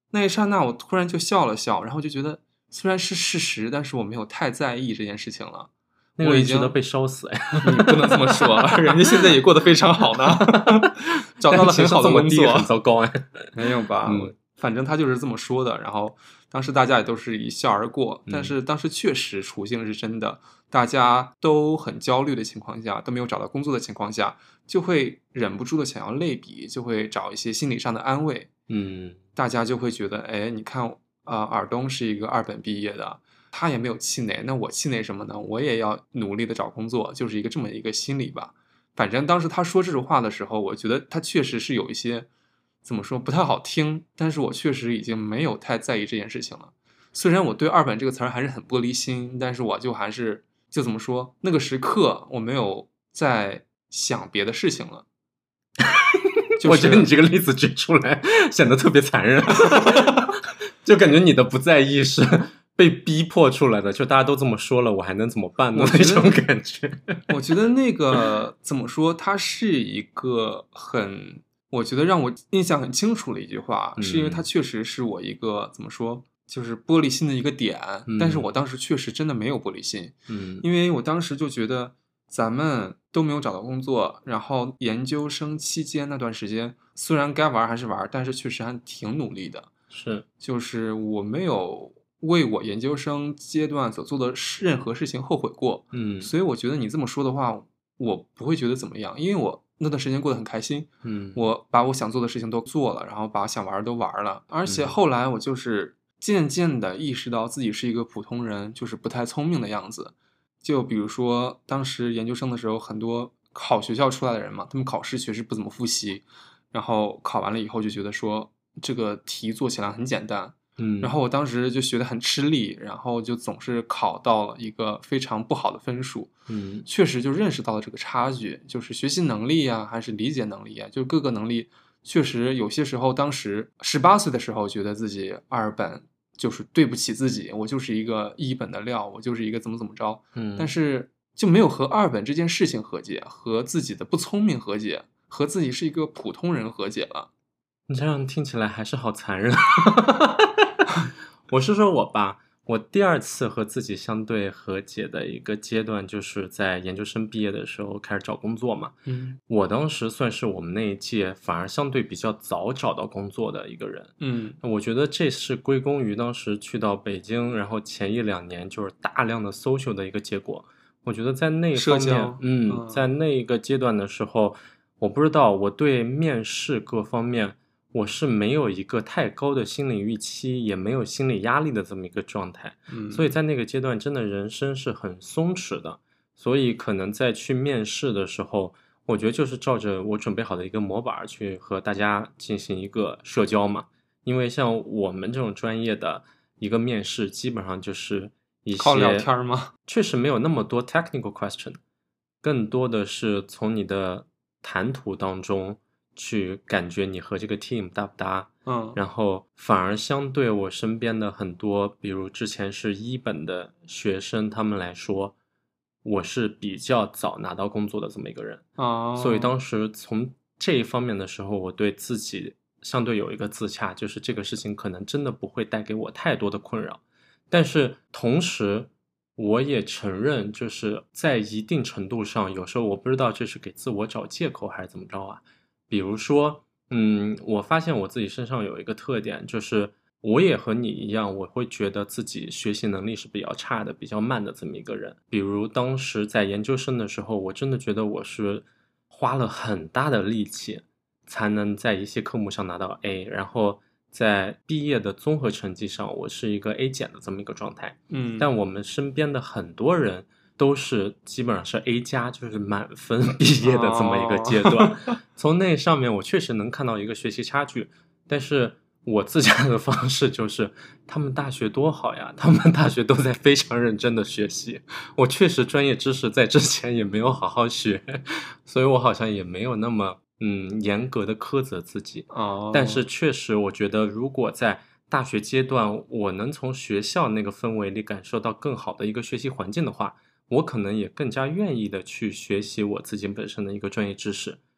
那一刹那我突然就笑了笑，然后就觉得虽然是事实，但是我没有太在意这件事情了。 那个我已经人值得被烧死哎！ 你不能这么说，人家现在也过得非常好呢，找到了很好的工作。 很糟糕哎， 没有吧？嗯，反正他就是这么说的。然后当时大家也都是一笑而过，但是当时确实处境是真的，大家都很焦虑的情况下，都没有找到工作的情况下，就会忍不住的想要类比，就会找一些心理上的安慰。 嗯， 大家就会觉得，哎，你看啊、呃，尔东是一个二本毕业的。他也没有气馁，那我气馁什么呢？我也要努力的找工作，就是一个这么一个心理吧。反正当时他说这种话的时候，我觉得他确实是有一些怎么说不太好听，但是我确实已经没有太在意这件事情了。虽然我对二本这个词儿还是很玻璃心，但是我就还是就怎么说，那个时刻我没有在想别的事情了。就是、 我觉得你这个例子举出来显得特别残忍，就感觉你的不在意是被逼迫出来的，就大家都这么说了，我还能怎么办呢？那种感觉。 我觉得那个怎么说，它是一个很，我觉得让我印象很清楚的一句话， 嗯、 是因为它确实是我一个怎么说，就是玻璃心的一个点。 嗯、 但是我当时确实真的没有玻璃心， 嗯， 因为我当时就觉得咱们都没有找到工作，然后研究生期间那段时间，虽然该玩还是玩，但是确实还挺努力的。 是， 就是我没有为我研究生阶段所做的任何事情后悔过， 嗯， 所以我觉得你这么说的话，我不会觉得怎么样，因为我那段时间过得很开心， 嗯， 我把我想做的事情都做了，然后把想玩的都玩了，而且后来我就是渐渐的意识到自己是一个普通人，就是不太聪明的样子。就比如说当时研究生的时候，很多好学校出来的人嘛，他们考试确实不怎么复习，然后考完了以后就觉得说这个题做起来很简单。 嗯， 然后我当时就学得很吃力，然后就总是考到了一个非常不好的分数。 嗯， 确实就认识到了这个差距，就是学习能力呀，还是理解能力呀，就是各个能力，确实有些时候，当时十八岁的时候，觉得自己二本就是对不起自己，我就是一个一本的料，我就是一个怎么怎么着。 嗯， 但是就没有和二本这件事情和解，和自己的不聪明和解，和自己是一个普通人和解了。 你这样听起来还是好残忍。我是说我吧，我第二次和自己相对和解的一个阶段，就是在研究生毕业的时候开始找工作嘛。 嗯， 我当时算是我们那一届反而相对比较早找到工作的一个人。 嗯， 我觉得这是归功于当时去到北京，然后前一两年就是大量的 social 的一个结果。我觉得在那方面，嗯，嗯在那一个阶段的时候，我不知道我对面试各方面。我是没有一个太高的心理预期，也没有心理压力的这么一个状态， 嗯， 所以在那个阶段真的人生是很松弛的，所以可能在去面试的时候，我觉得就是照着我准备好的一个模板去和大家进行一个社交嘛，因为像我们这种专业的一个面试，基本上就是一些靠聊天吗？ 确实没有那么多 technical question， 更多的是从你的谈吐当中去感觉你和这个 team 搭不搭， 嗯， 然后反而相对我身边的很多，比如之前是一本的学生，他们来说，我是比较早拿到工作的这么一个人， 哦， 所以当时从这一方面的时候，我对自己相对有一个自洽，就是这个事情可能真的不会带给我太多的困扰，但是同时我也承认，就是在一定程度上，有时候我不知道这是给自我找借口还是怎么着啊。比如说，嗯，我发现我自己身上有一个特点，就是我也和你一样，我会觉得自己学习能力是比较差的、比较慢的这么一个人。比如当时在研究生的时候，我真的觉得我是花了很大的力气才能在一些科目上拿到 A，然后在毕业的综合成绩上，我是一个 A 减的这么一个状态。 嗯， 但我们身边的很多人都是基本上是 A 加，就是满分毕业的这么一个阶段。哦、从那上面我确实能看到一个学习差距，但是我自家的方式就是他们大学多好呀，他们大学都在非常认真的学习，我确实专业知识在之前也没有好好学，所以我好像也没有那么嗯严格的苛责自己。 哦， 但是确实我觉得如果在大学阶段我能从学校那个氛围里感受到更好的一个学习环境的话，我可能也更加愿意的去学习我自己本身的一个专业知识，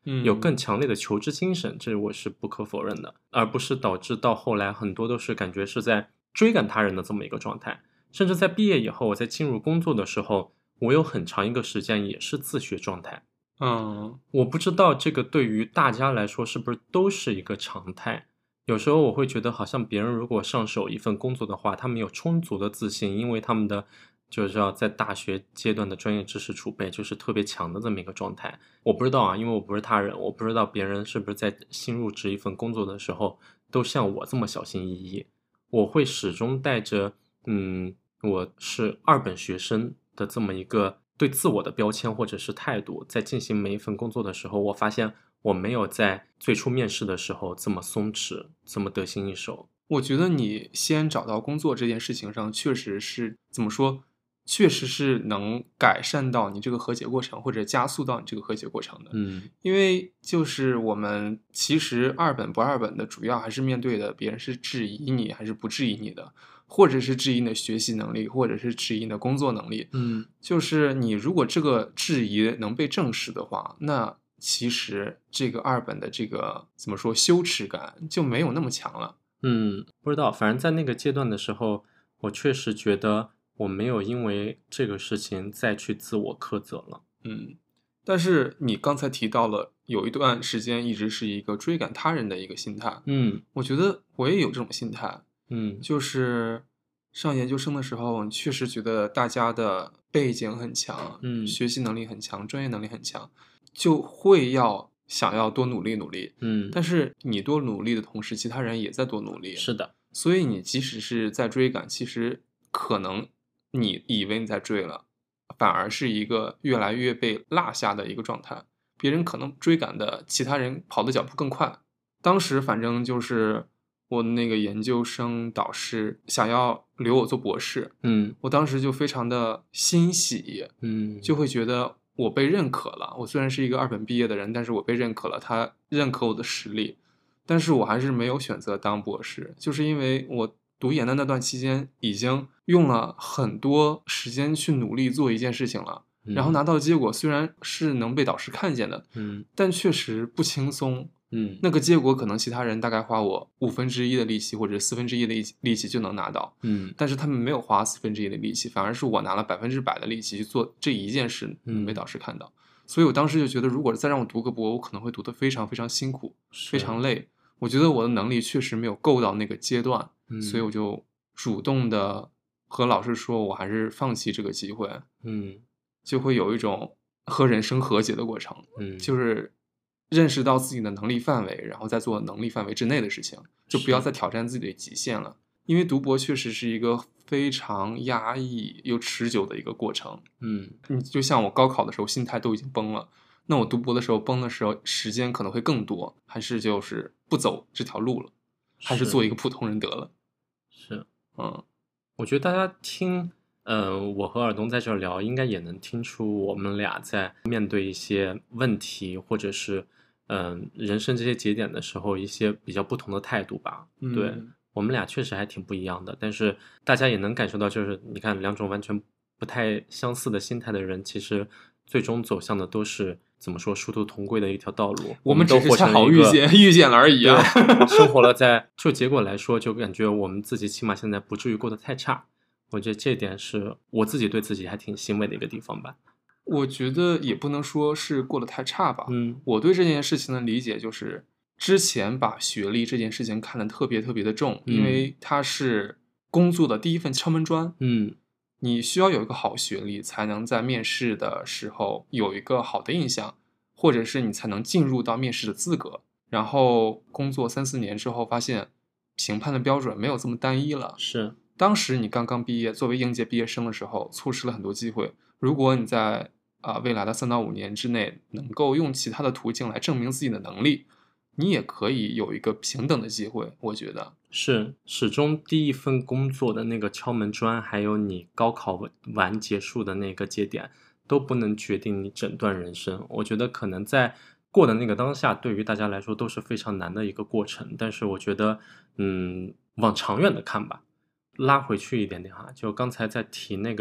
有更嗯强烈的求知精神，这我是不可否认的，而不是导致到后来很多都是感觉是在追赶他人的这么一个状态。甚至在毕业以后，我在进入工作的时候，我有很长一个时间也是自学状态。 嗯我不知道这个对于大家来说是不是都是一个常态。有时候我会觉得，好像别人如果上手一份工作的话，他们有充足的自信，因为他们的就是要在大学阶段的专业知识储备就是特别强的这么一个状态。我不知道啊，因为我不是他人，我不知道别人是不是在新入职一份工作的时候都像我这么小心翼翼。我会始终带着嗯，我是二本学生的这么一个对自我的标签或者是态度，在进行每一份工作的时候，我发现我没有在最初面试的时候这么松弛，这么得心应手。 我觉得你先找到工作这件事情上，确实是怎么说，确实是能改善到你这个和解过程，或者加速到你这个和解过程的。 嗯因为就是我们其实二本不二本的，主要还是面对的别人是质疑你还是不质疑你的，或者是质疑你的学习能力，或者是质疑你的工作能力。 嗯就是你如果这个质疑能被证实的话，那其实这个二本的这个怎么说羞耻感就没有那么强了。 嗯，不知道，反正在那个阶段的时候，我确实觉得我没有因为这个事情再去自我苛责了。 嗯，但是你刚才提到了有一段时间一直是一个追赶他人的一个心态， 嗯我觉得我也有这种心态， 嗯就是上研究生的时候，你确实觉得大家的背景很强， 嗯学习能力很强，专业能力很强，就会要想要多努力努力。 嗯， 但是你多努力的同时，其他人也在多努力， 是的， 所以你即使是在追赶，其实可能你以为你在追了，反而是一个越来越被落下的一个状态。别人可能追赶的，其他人跑的脚步更快。当时反正就是我那个研究生导师想要留我做博士， 嗯我当时就非常的欣喜， 嗯， 就会觉得我被认可了。我虽然是一个二本毕业的人，但是我被认可了，他认可我的实力，但是我还是没有选择当博士，就是因为我读研的那段期间已经用了很多时间去努力做一件事情了，然后拿到的结果虽然是能被导师看见的， 嗯但确实不轻松。 嗯那个结果可能其他人大概花我五分之一的力气或者四分之一的力气力气就能拿到， 嗯但是他们没有花四分之一的力气，反而是我拿了百分之百的力气去做这一件事，能被导师看到。所以我当时就觉得，如果再让我读个博，我可能会读得非常非常辛苦，非是常累。我觉得我的能力确实没有够到那个阶段， 嗯所以我就主动的和老师说，我还是放弃这个机会， 嗯就会有一种和人生和解的过程， 嗯， 就是认识到自己的能力范围，然后再做能力范围之内的事情，就不要再挑战自己的极限了。因为读博确实是一个非常压抑又持久的一个过程。 嗯你就像我高考的时候，心态都已经崩了，那我读博的时候崩的时候，时间可能会更多，还是就是不走这条路了，还是是做一个普通人得了。 是， 嗯我觉得大家听，嗯、我和尔东在这儿聊，应该也能听出我们俩在面对一些问题，或者是嗯、人生这些节点的时候，一些比较不同的态度吧。对， 嗯我们俩确实还挺不一样的，但是大家也能感受到，就是你看两种完全不太相似的心态的人，其实最终走向的都是怎么说殊途同归的一条道路。 我们都只是恰好活成了一个遇见遇见了而已啊。 对生活了在就结果来说，就感觉我们自己起码现在不至于过得太差。我觉得这点是我自己对自己还挺欣慰的一个地方吧。 我觉得也不能说是过得太差吧。 嗯我对这件事情的理解就是，之前把学历这件事情看得特别特别的重， 嗯因为它是工作的第一份敲门砖。 嗯你需要有一个好学历，才能在面试的时候有一个好的印象，或者是你才能进入到面试的资格。然后工作三四年之后，发现评判的标准没有这么单一了。 是当时你刚刚毕业，作为应届毕业生的时候，错失了很多机会。如果你在啊、未来的三到五年之内，能够用其他的途径来证明自己的能力，你也可以有一个平等的机会。我觉得， 是，始终第一份工作的那个敲门砖，还有你高考完结束的那个节点，都不能决定你整段人生。我觉得可能在过的那个当下，对于大家来说都是非常难的一个过程。但是我觉得，嗯，往长远的看吧，拉回去一点点哈，就刚才在提那个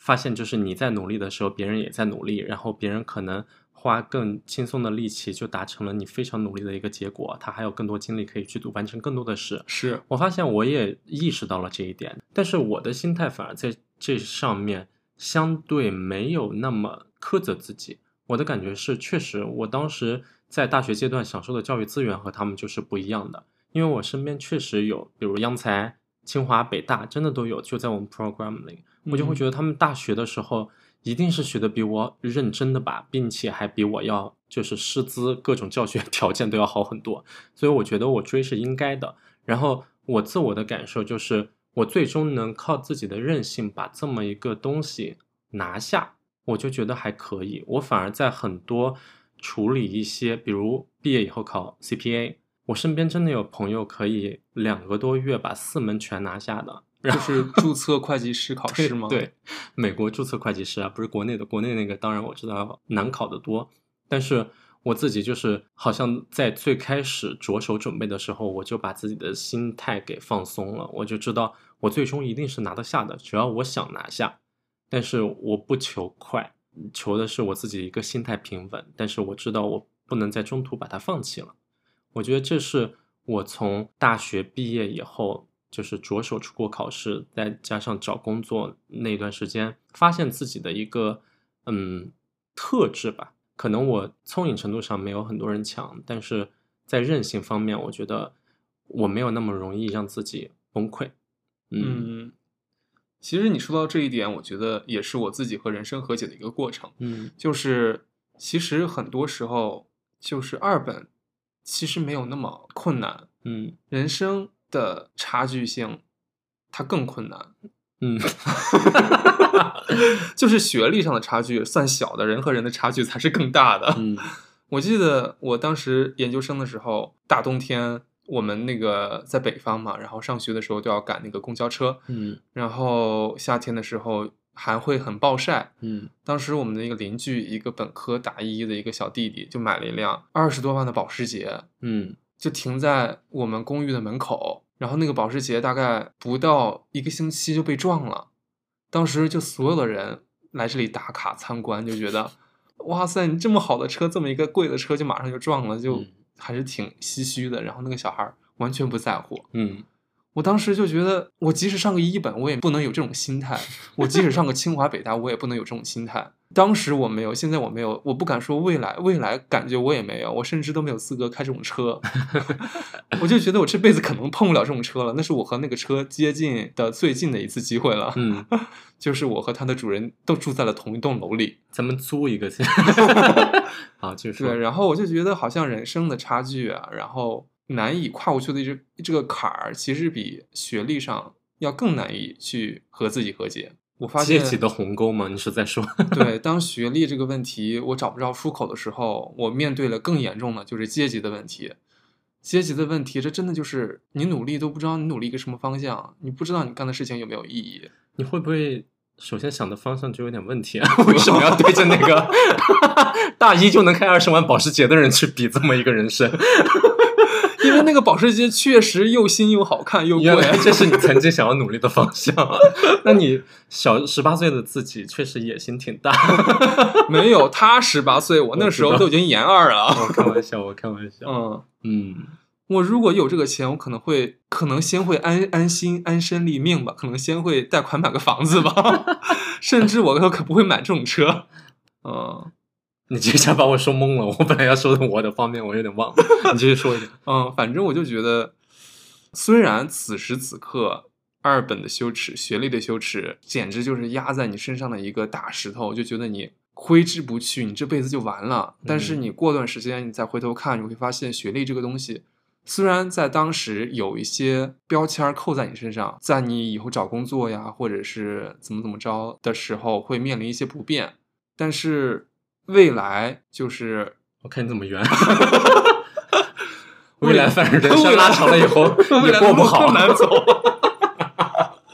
发现就是你在努力的时候，别人也在努力，然后别人可能花更轻松的力气就达成了你非常努力的一个结果，他还有更多精力可以去完成更多的事。 是我发现我也意识到了这一点，但是我的心态反而在这上面相对没有那么苛责自己。我的感觉是，确实我当时在大学阶段享受的教育资源和他们就是不一样的，因为我身边确实有比如央财、清华、北大真的都有，就在我们 program 里，我就会觉得他们大学的时候一定是学的比我认真的吧，并且还比我要就是师资各种教学条件都要好很多，所以我觉得我追是应该的。然后我自我的感受就是我最终能靠自己的韧性把这么一个东西拿下，我就觉得还可以。我反而在很多处理一些比如毕业以后考 C P A， 我身边真的有朋友可以两个多月把四门全拿下的， 就是注册会计师考试吗？ 对, 对，美国注册会计师啊，不是国内的，国内那个当然我知道难考得多，但是我自己就是好像在最开始着手准备的时候，我就把自己的心态给放松了，我就知道我最终一定是拿得下的，只要我想拿下，但是我不求快，求的是我自己一个心态平稳，但是我知道我不能在中途把它放弃了。我觉得这是我从大学毕业以后就是着手出国考试，再加上找工作那段时间发现自己的一个嗯特质吧。可能我聪颖程度上没有很多人强，但是在韧性方面我觉得我没有那么容易让自己崩溃。 嗯, 嗯其实你说到这一点，我觉得也是我自己和人生和解的一个过程。 嗯， 就是其实很多时候就是二本其实没有那么困难， 嗯， 人生的差距性它更困难。 嗯， 就是学历上的差距算小的，人和人的差距才是更大的。 嗯， 我记得我当时研究生的时候，大冬天我们那个在北方嘛，然后上学的时候都要赶那个公交车， 嗯， 然后夏天的时候还会很暴晒， 嗯， 当时我们的一个邻居，一个本科大一的一个小弟弟，就买了一辆二十多万的保时捷， 嗯， 就停在我们公寓的门口，然后那个保时捷大概不到一个星期就被撞了，当时就所有的人来这里打卡参观，就觉得哇塞，你这么好的车，这么一个贵的车就马上就撞了，就还是挺唏嘘的。然后那个小孩完全不在乎。 嗯， 我当时就觉得，我即使上个一本，我也不能有这种心态；我即使上个清华北大，我也不能有这种心态。当时我没有，现在我没有，我不敢说未来，未来感觉我也没有，我甚至都没有资格开这种车。我就觉得我这辈子可能碰不了这种车了，那是我和那个车接近的最近的一次机会了。 嗯， 就是我和他的主人都住在了同一栋楼里， 咱们租一个先。好，就是对，然后我就觉得好像人生的差距啊，然后难以跨过去的这这个坎儿，其实比学历上要更难以去和自己和解。我发现阶级的鸿沟吗？你是在说？ 对，当学历这个问题我找不着出口的时候，我面对了更严重的就是阶级的问题。阶级的问题，这真的就是你努力都不知道你努力一个什么方向，你不知道你干的事情有没有意义。 你会不会首先想的方向就有点问题啊？为什么要对着那个大一就能开二十万保时捷的人去比这么一个人生？ 因为那个保时捷确实又新又好看又贵。 原来这是你曾经想要努力的方向。那你小十八岁的自己确实野心挺大。 没有，他十八岁，我那时候都已经研二了。 我开玩笑，我开玩笑。 嗯嗯， 我如果有这个钱，我可能会，可能先会安安心安身立命吧，可能先会贷款买个房子吧，甚至我可不会买这种车。嗯。 你这下把我说懵了，我本来要说的我的方面我有点忘了。你继续说一点。 嗯，反正我就觉得，虽然此时此刻二本的羞耻、学历的羞耻简直就是压在你身上的一个大石头，就觉得你挥之不去，你这辈子就完了。但是你过段时间你再回头看，你会发现学历这个东西虽然在当时有一些标签扣在你身上，在你以后找工作呀或者是怎么怎么着的时候会面临一些不便，但是未来就是我看你怎么圆。未来反正人生拉长了以后也过不好， 难走。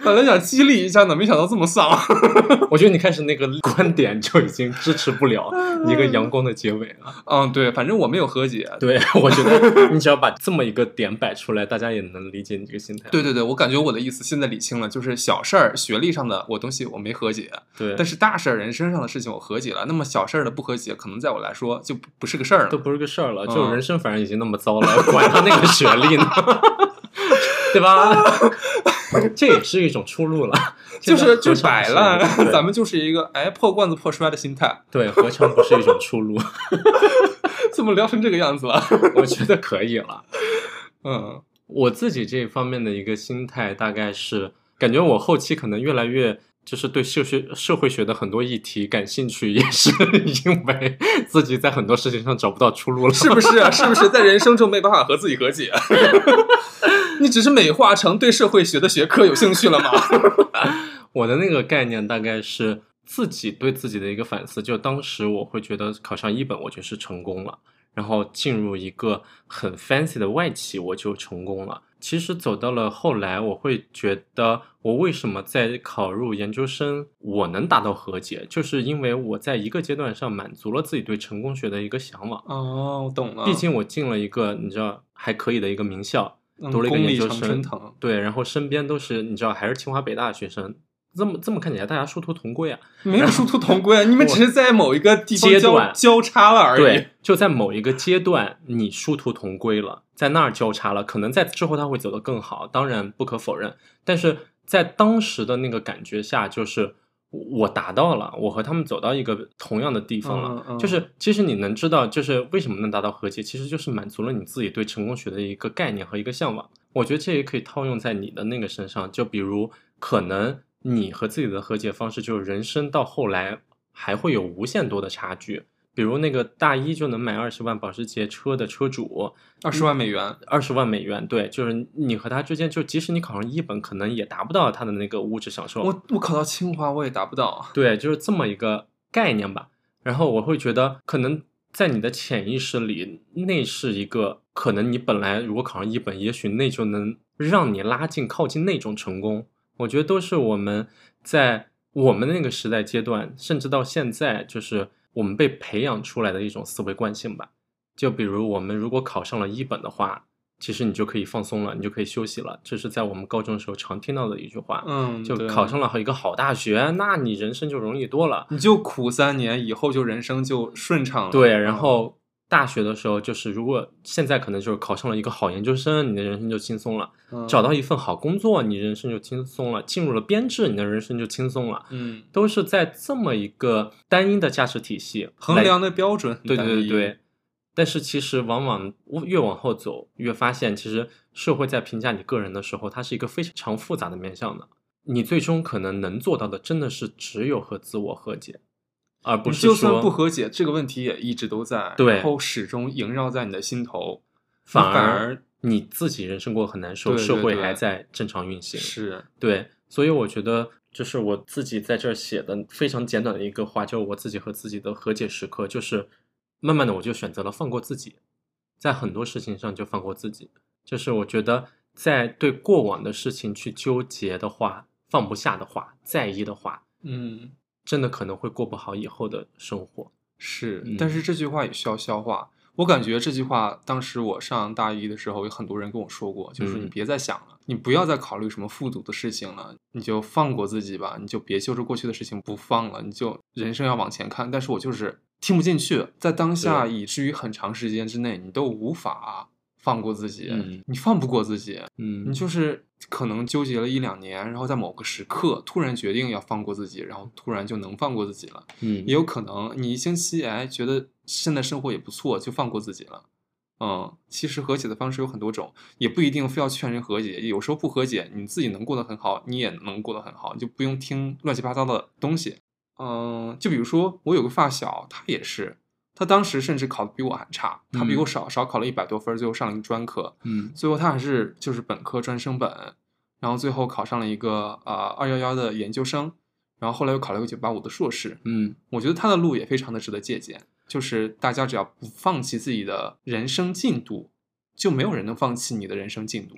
本来想激励一下呢，没想到这么丧。 我觉得你开始那个观点就已经支持不了一个阳光的结尾了。 嗯，对，反正我没有和解。 对，我觉得你只要把这么一个点摆出来，大家也能理解你这个心态。 对对对，我感觉我的意思现在理清了，就是小事儿、学历上的我东西我没和解， 对， 但是大事儿、人生上的事情我和解了。那么小事儿的不和解，可能在我来说就不不是个事儿了， 都不是个事儿了。 嗯、 就人生反正已经那么糟了，管他那个学历呢，对吧？这也是一种出路了。 就是就摆烂，咱们就是一个哎破罐子破摔的心态。 对，何尝不是一种出路？ 怎么聊成这个样子了？ 我觉得可以了。 嗯， 我自己这方面的一个心态大概是，感觉我后期可能越来越就是对社学社会学的很多议题感兴趣，也是因为自己在很多事情上找不到出路了。 是不是啊？是不是在人生中没办法和自己和解？你只是美化成对社会学的学科有兴趣了吗？ 我的那个概念大概是自己对自己的一个反思，就当时我会觉得考上一本我就是成功了，然后进入一个很 fancy 的外企我就成功了。其实走到了后来，我会觉得我为什么在考入研究生我能达到和解，就是因为我在一个阶段上满足了自己对成功学的一个向往。 哦，我懂了。 毕竟我进了一个你知道还可以的一个名校，读了一个研究生，对，然后身边都是你知道还是清华北大的学生，这么这么看起来大家殊途同归啊。 没有殊途同归啊，你们只是在某一个地方阶段交叉了而已。 对，就在某一个阶段你殊途同归了，在那儿交叉了，可能在之后他会走得更好，当然不可否认，但是在当时的那个感觉下，就是我达到了，我和他们走到一个同样的地方了。 嗯嗯、 就是其实你能知道就是为什么能达到和解，其实就是满足了你自己对成功学的一个概念和一个向往。我觉得这也可以套用在你的那个身上，就比如可能你和自己的和解方式就是人生到后来还会有无限多的差距，比如那个大一就能买二十万保时捷车的车主， 二十万美元， 二十万美元，对，就是你和他之间，就即使你考上一本，可能也达不到他的那个物质享受。 我我考到清华，我也达不到。 对，就是这么一个概念吧。然后我会觉得，可能在你的潜意识里，那是一个可能你本来如果考上一本，也许那就能让你拉近靠近那种成功。我觉得都是我们在我们那个时代阶段，甚至到现在，就是我们被培养出来的一种思维惯性吧。就比如我们如果考上了一本的话，其实你就可以放松了，你就可以休息了，这是在我们高中的时候常听到的一句话。 嗯， 就考上了一个好大学，那你人生就容易多了， 你就苦三年，以后就人生就顺畅了。 对，然后大学的时候，就是如果现在可能就是考上了一个好研究生，你的人生就轻松了； 嗯、 找到一份好工作，你人生就轻松了；进入了编制，你的人生就轻松了。 嗯， 都是在这么一个单一的价值体系衡量的标准。 对对对对。但是其实往往越往后走，越发现其实社会在评价你个人的时候，它是一个非常复杂的面向的。你最终可能能做到的，真的是只有和自我和解。而不是说就算不和解，这个问题也一直都在， 对， 然后始终萦绕在你的心头， 反而反而你自己人生过很难受， 对对对， 社会还在正常运行， 是对，所以我觉得就是我自己在这儿写的非常简短的一个话，就是我自己和自己的和解时刻，就是慢慢的我就选择了放过自己，在很多事情上就放过自己，就是我觉得在对过往的事情去纠结的话，放不下的话，在意的话， 嗯。 真的可能会过不好以后的生活。 是， 嗯、 但是这句话也需要消化。我感觉这句话当时我上大一的时候，有很多人跟我说过，就是你别再想了，嗯、你不要再考虑什么复读的事情了，你就放过自己吧，你就别揪着过去的事情不放了，你就人生要往前看。但是我就是听不进去，在当下以至于很长时间之内，你都无法放过自己， 嗯、 你放不过自己， 嗯， 你就是可能纠结了一两年，然后在某个时刻突然决定要放过自己，然后突然就能放过自己了。 嗯， 也有可能你一星期哎觉得现在生活也不错，就放过自己了。嗯，其实和解的方式有很多种，也不一定非要劝人和解，有时候不和解，你自己能过得很好，你也能过得很好，你就不用听乱七八糟的东西。嗯，就比如说我有个发小，他也是。他当时甚至考的比我还差，他比我少、嗯、少考了一百多分，最后上了一个专科。 嗯， 最后他还是就是本科专升本，然后最后考上了一个啊二幺幺的研究生，然后后来又考了一个九八五的硕士。 嗯， 我觉得他的路也非常的值得借鉴，就是大家只要不放弃自己的人生进度，就没有人能放弃你的人生进度。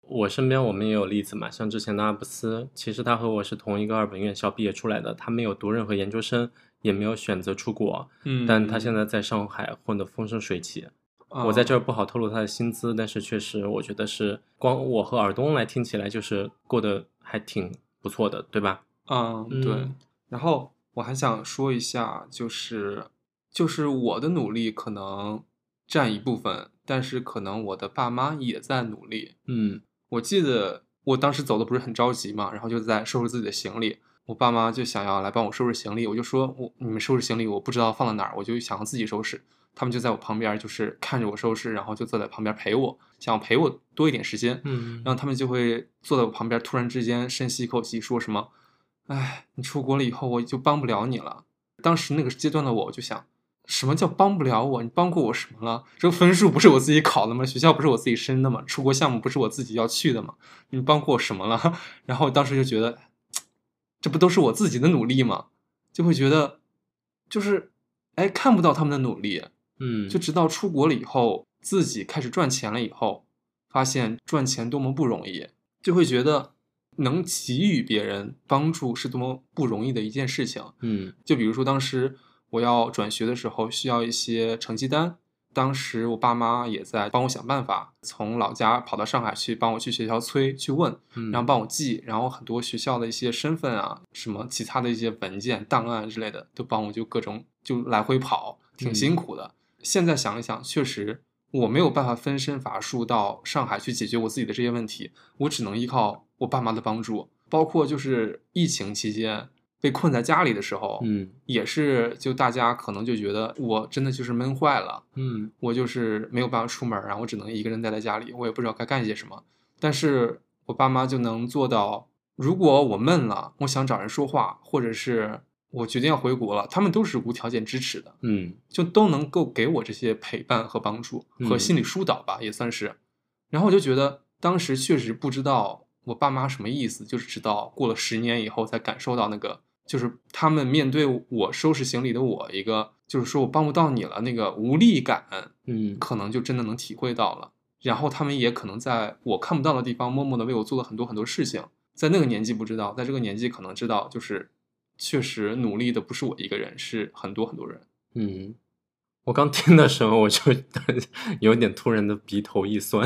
我身边我们也有例子嘛，像之前的阿布斯，其实他和我是同一个二本院校毕业出来的，他没有读任何研究生，也没有选择出国， 嗯， 但他现在在上海混得风生水起。 啊、 我在这儿不好透露他的薪资，但是确实我觉得是光我和尔东来听起来就是过得还挺不错的，对吧？ 嗯，对。 嗯然后我还想说一下，就是就是我的努力可能占一部分，但是可能我的爸妈也在努力。 嗯我记得我当时走的不是很着急嘛，然后就在收拾自己的行李。我爸妈就想要来帮我收拾行李，我就说我你们收拾行李，我不知道放到哪儿，我就想要自己收拾。他们就在我旁边，就是看着我收拾，然后就坐在旁边陪我，想陪我多一点时间。 嗯然后他们就会坐在我旁边，突然之间深吸一口气，说什么：“哎，你出国了以后，我就帮不了你了。”当时那个阶段的我，我就想，什么叫帮不了我？你帮过我什么了？这个分数不是我自己考的吗？学校不是我自己申的吗？出国项目不是我自己要去的吗？你帮过我什么了？然后当时就觉得，这不都是我自己的努力吗？就会觉得，就是哎，看不到他们的努力， 嗯， 就直到出国了以后，自己开始赚钱了以后，发现赚钱多么不容易，就会觉得能给予别人帮助是多么不容易的一件事情。 嗯就比如说当时我要转学的时候，需要一些成绩单，当时我爸妈也在帮我想办法，从老家跑到上海去帮我去学校催去问， 嗯， 然后帮我记，然后很多学校的一些身份啊，什么其他的一些文件、档案之类的，都帮我就各种就来回跑，挺辛苦的。现在想一想，确实我没有办法分身乏术到上海去解决我自己的这些问题，我只能依靠我爸妈的帮助，包括就是疫情期间被困在家里的时候， 嗯也是就大家可能就觉得我真的就是闷坏了， 嗯我就是没有办法出门，然后我只能一个人待在家里，我也不知道该干些什么。但是我爸妈就能做到，如果我闷了，我想找人说话，或者是我决定要回国了，他们都是无条件支持的， 嗯就都能够给我这些陪伴和帮助和心理疏导吧，也算是。然后我就觉得当时确实不知道我爸妈什么意思，就是直到过了十年以后才感受到那个，就是他们面对我收拾行李的我一个，就是说我帮不到你了那个无力感， 嗯可能就真的能体会到了。然后他们也可能在我看不到的地方，默默的为我做了很多很多事情。在那个年纪不知道，在这个年纪可能知道，就是确实努力的不是我一个人，是很多很多人。 嗯。我刚听的时候，我就有点突然的鼻头一酸。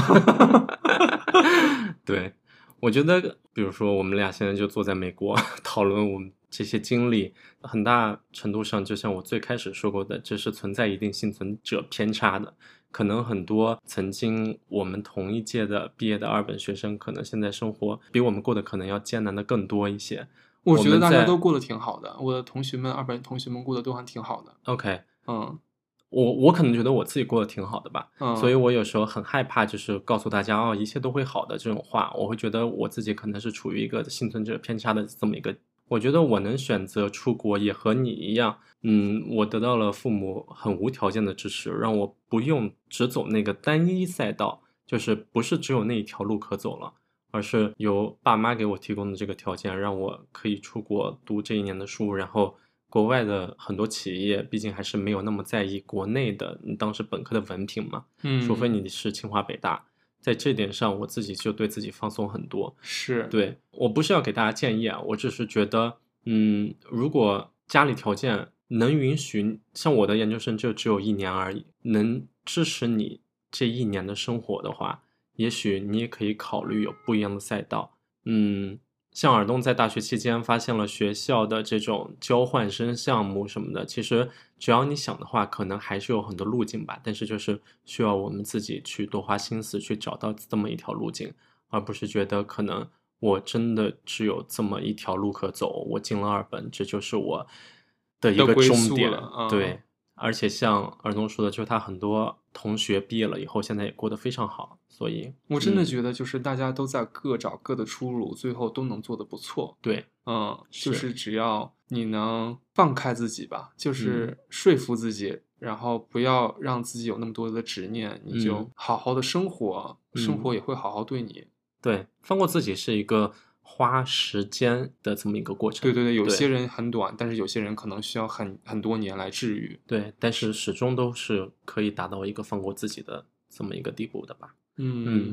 对，我觉得，比如说我们俩现在就坐在美国讨论我们这些经历，很大程度上就像我最开始说过的，这是存在一定幸存者偏差的。可能很多曾经我们同一届的毕业的二本学生，可能现在生活比我们过得可能要艰难的更多一些。 我觉得大家在都过得挺好的，我的同学们，二本同学们过得都还挺好的。 OK， 嗯我我可能觉得我自己过得挺好的吧， 嗯， 所以我有时候很害怕，就是告诉大家哦，一切都会好的这种话，我会觉得我自己可能是处于一个幸存者偏差的这么一个。我觉得我能选择出国，也和你一样，嗯，我得到了父母很无条件的支持，让我不用只走那个单一赛道，就是不是只有那一条路可走了，而是由爸妈给我提供的这个条件，让我可以出国读这一年的书，然后国外的很多企业毕竟还是没有那么在意国内的你当时本科的文凭嘛， 嗯， 除非你是清华北大，在这点上我自己就对自己放松很多。 是， 对，我不是要给大家建议啊，我只是觉得，嗯，如果家里条件能允许，像我的研究生就只有一年而已，能支持你这一年的生活的话，也许你也可以考虑有不一样的赛道。嗯，像尔东在大学期间发现了学校的这种交换生项目什么的，其实只要你想的话，可能还是有很多路径吧，但是就是需要我们自己去多花心思去找到这么一条路径，而不是觉得可能我真的只有这么一条路可走，我进了二本，这就是我的一个的归终点。 宿了，嗯， 对，而且像尔东说的，就是他很多同学毕业了以后，现在也过得非常好，所以我真的嗯觉得就是大家都在各找各的出路，最后都能做得不错。 对， 嗯，就是是只要你能放开自己吧，就嗯是说服自己，然后不要让自己有那么多的执念，你就嗯好好的生活，生嗯活也会好好对你。 对，放过自己是一个花时间的这么一个过程。 对对对，有对些人很短，但是有些人可能需要很很多年来治愈。 对，但是始终都是可以达到一个放过自己的这么一个地步的吧。 嗯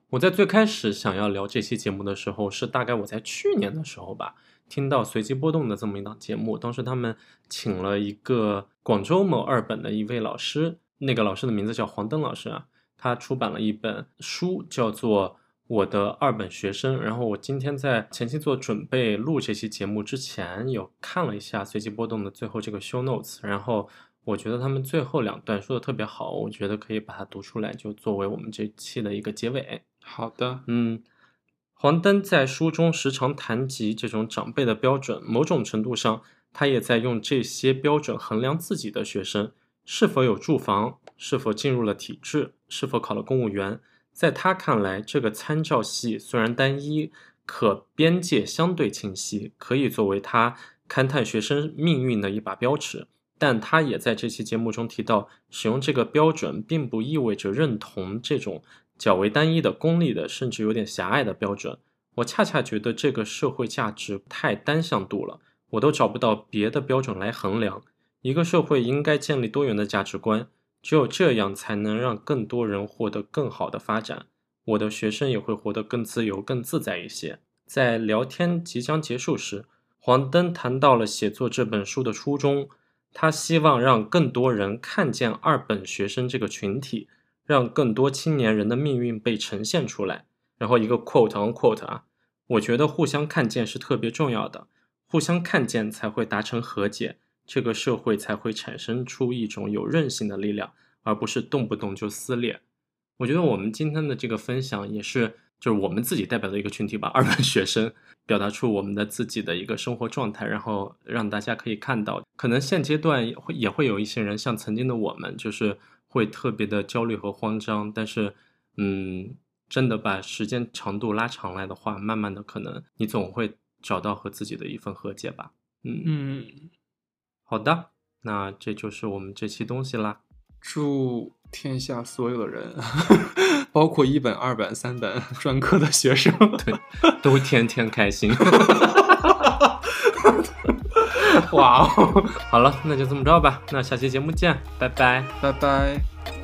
我在最开始想要聊这期节目的时候，是大概我在去年的时候吧，听到随机波动的这么一档节目，当时他们请了一个广州某二本的一位老师，那个老师的名字叫黄登老师啊，他出版了一本书叫做我的二本学生。然后我今天在前期做准备录这期节目之前，有看了一下随机波动的最后这个 show notes， 然后我觉得他们最后两段说的特别好，我觉得可以把它读出来，就作为我们这期的一个结尾。 好的， 嗯，黄登在书中时常谈及这种长辈的标准，某种程度上，他也在用这些标准衡量自己的学生是否有住房，是否进入了体制，是否考了公务员。在他看来，这个参照系虽然单一，可边界相对清晰，可以作为他勘探学生命运的一把标尺。但他也在这期节目中提到，使用这个标准并不意味着认同这种较为单一的、功利的，甚至有点狭隘的标准。我恰恰觉得这个社会价值太单向度了，我都找不到别的标准来衡量。一个社会应该建立多元的价值观，只有这样才能让更多人获得更好的发展，我的学生也会活得更自由、更自在一些。在聊天即将结束时，黄登谈到了写作这本书的初衷，他希望让更多人看见二本学生这个群体，让更多青年人的命运被呈现出来。然后一个 quote on quote 啊，我觉得互相看见是特别重要的，互相看见才会达成和解，这个社会才会产生出一种有韧性的力量，而不是动不动就撕裂。我觉得我们今天的这个分享也是就是我们自己代表的一个群体吧，二本学生表达出我们的自己的一个生活状态，然后让大家可以看到，可能现阶段也会也会有一些人像曾经的我们，就是会特别的焦虑和慌张，但是嗯，真的把时间长度拉长来的话，慢慢的可能你总会找到和自己的一份和解吧。嗯嗯， 好的，那这就是我们这期东西啦。 祝天下所有的人，包括一本、二本、三本专科的学生， 对，都天天开心。 哇哦！ 好了，那就这么着吧，那下期节目见，拜拜， 拜拜。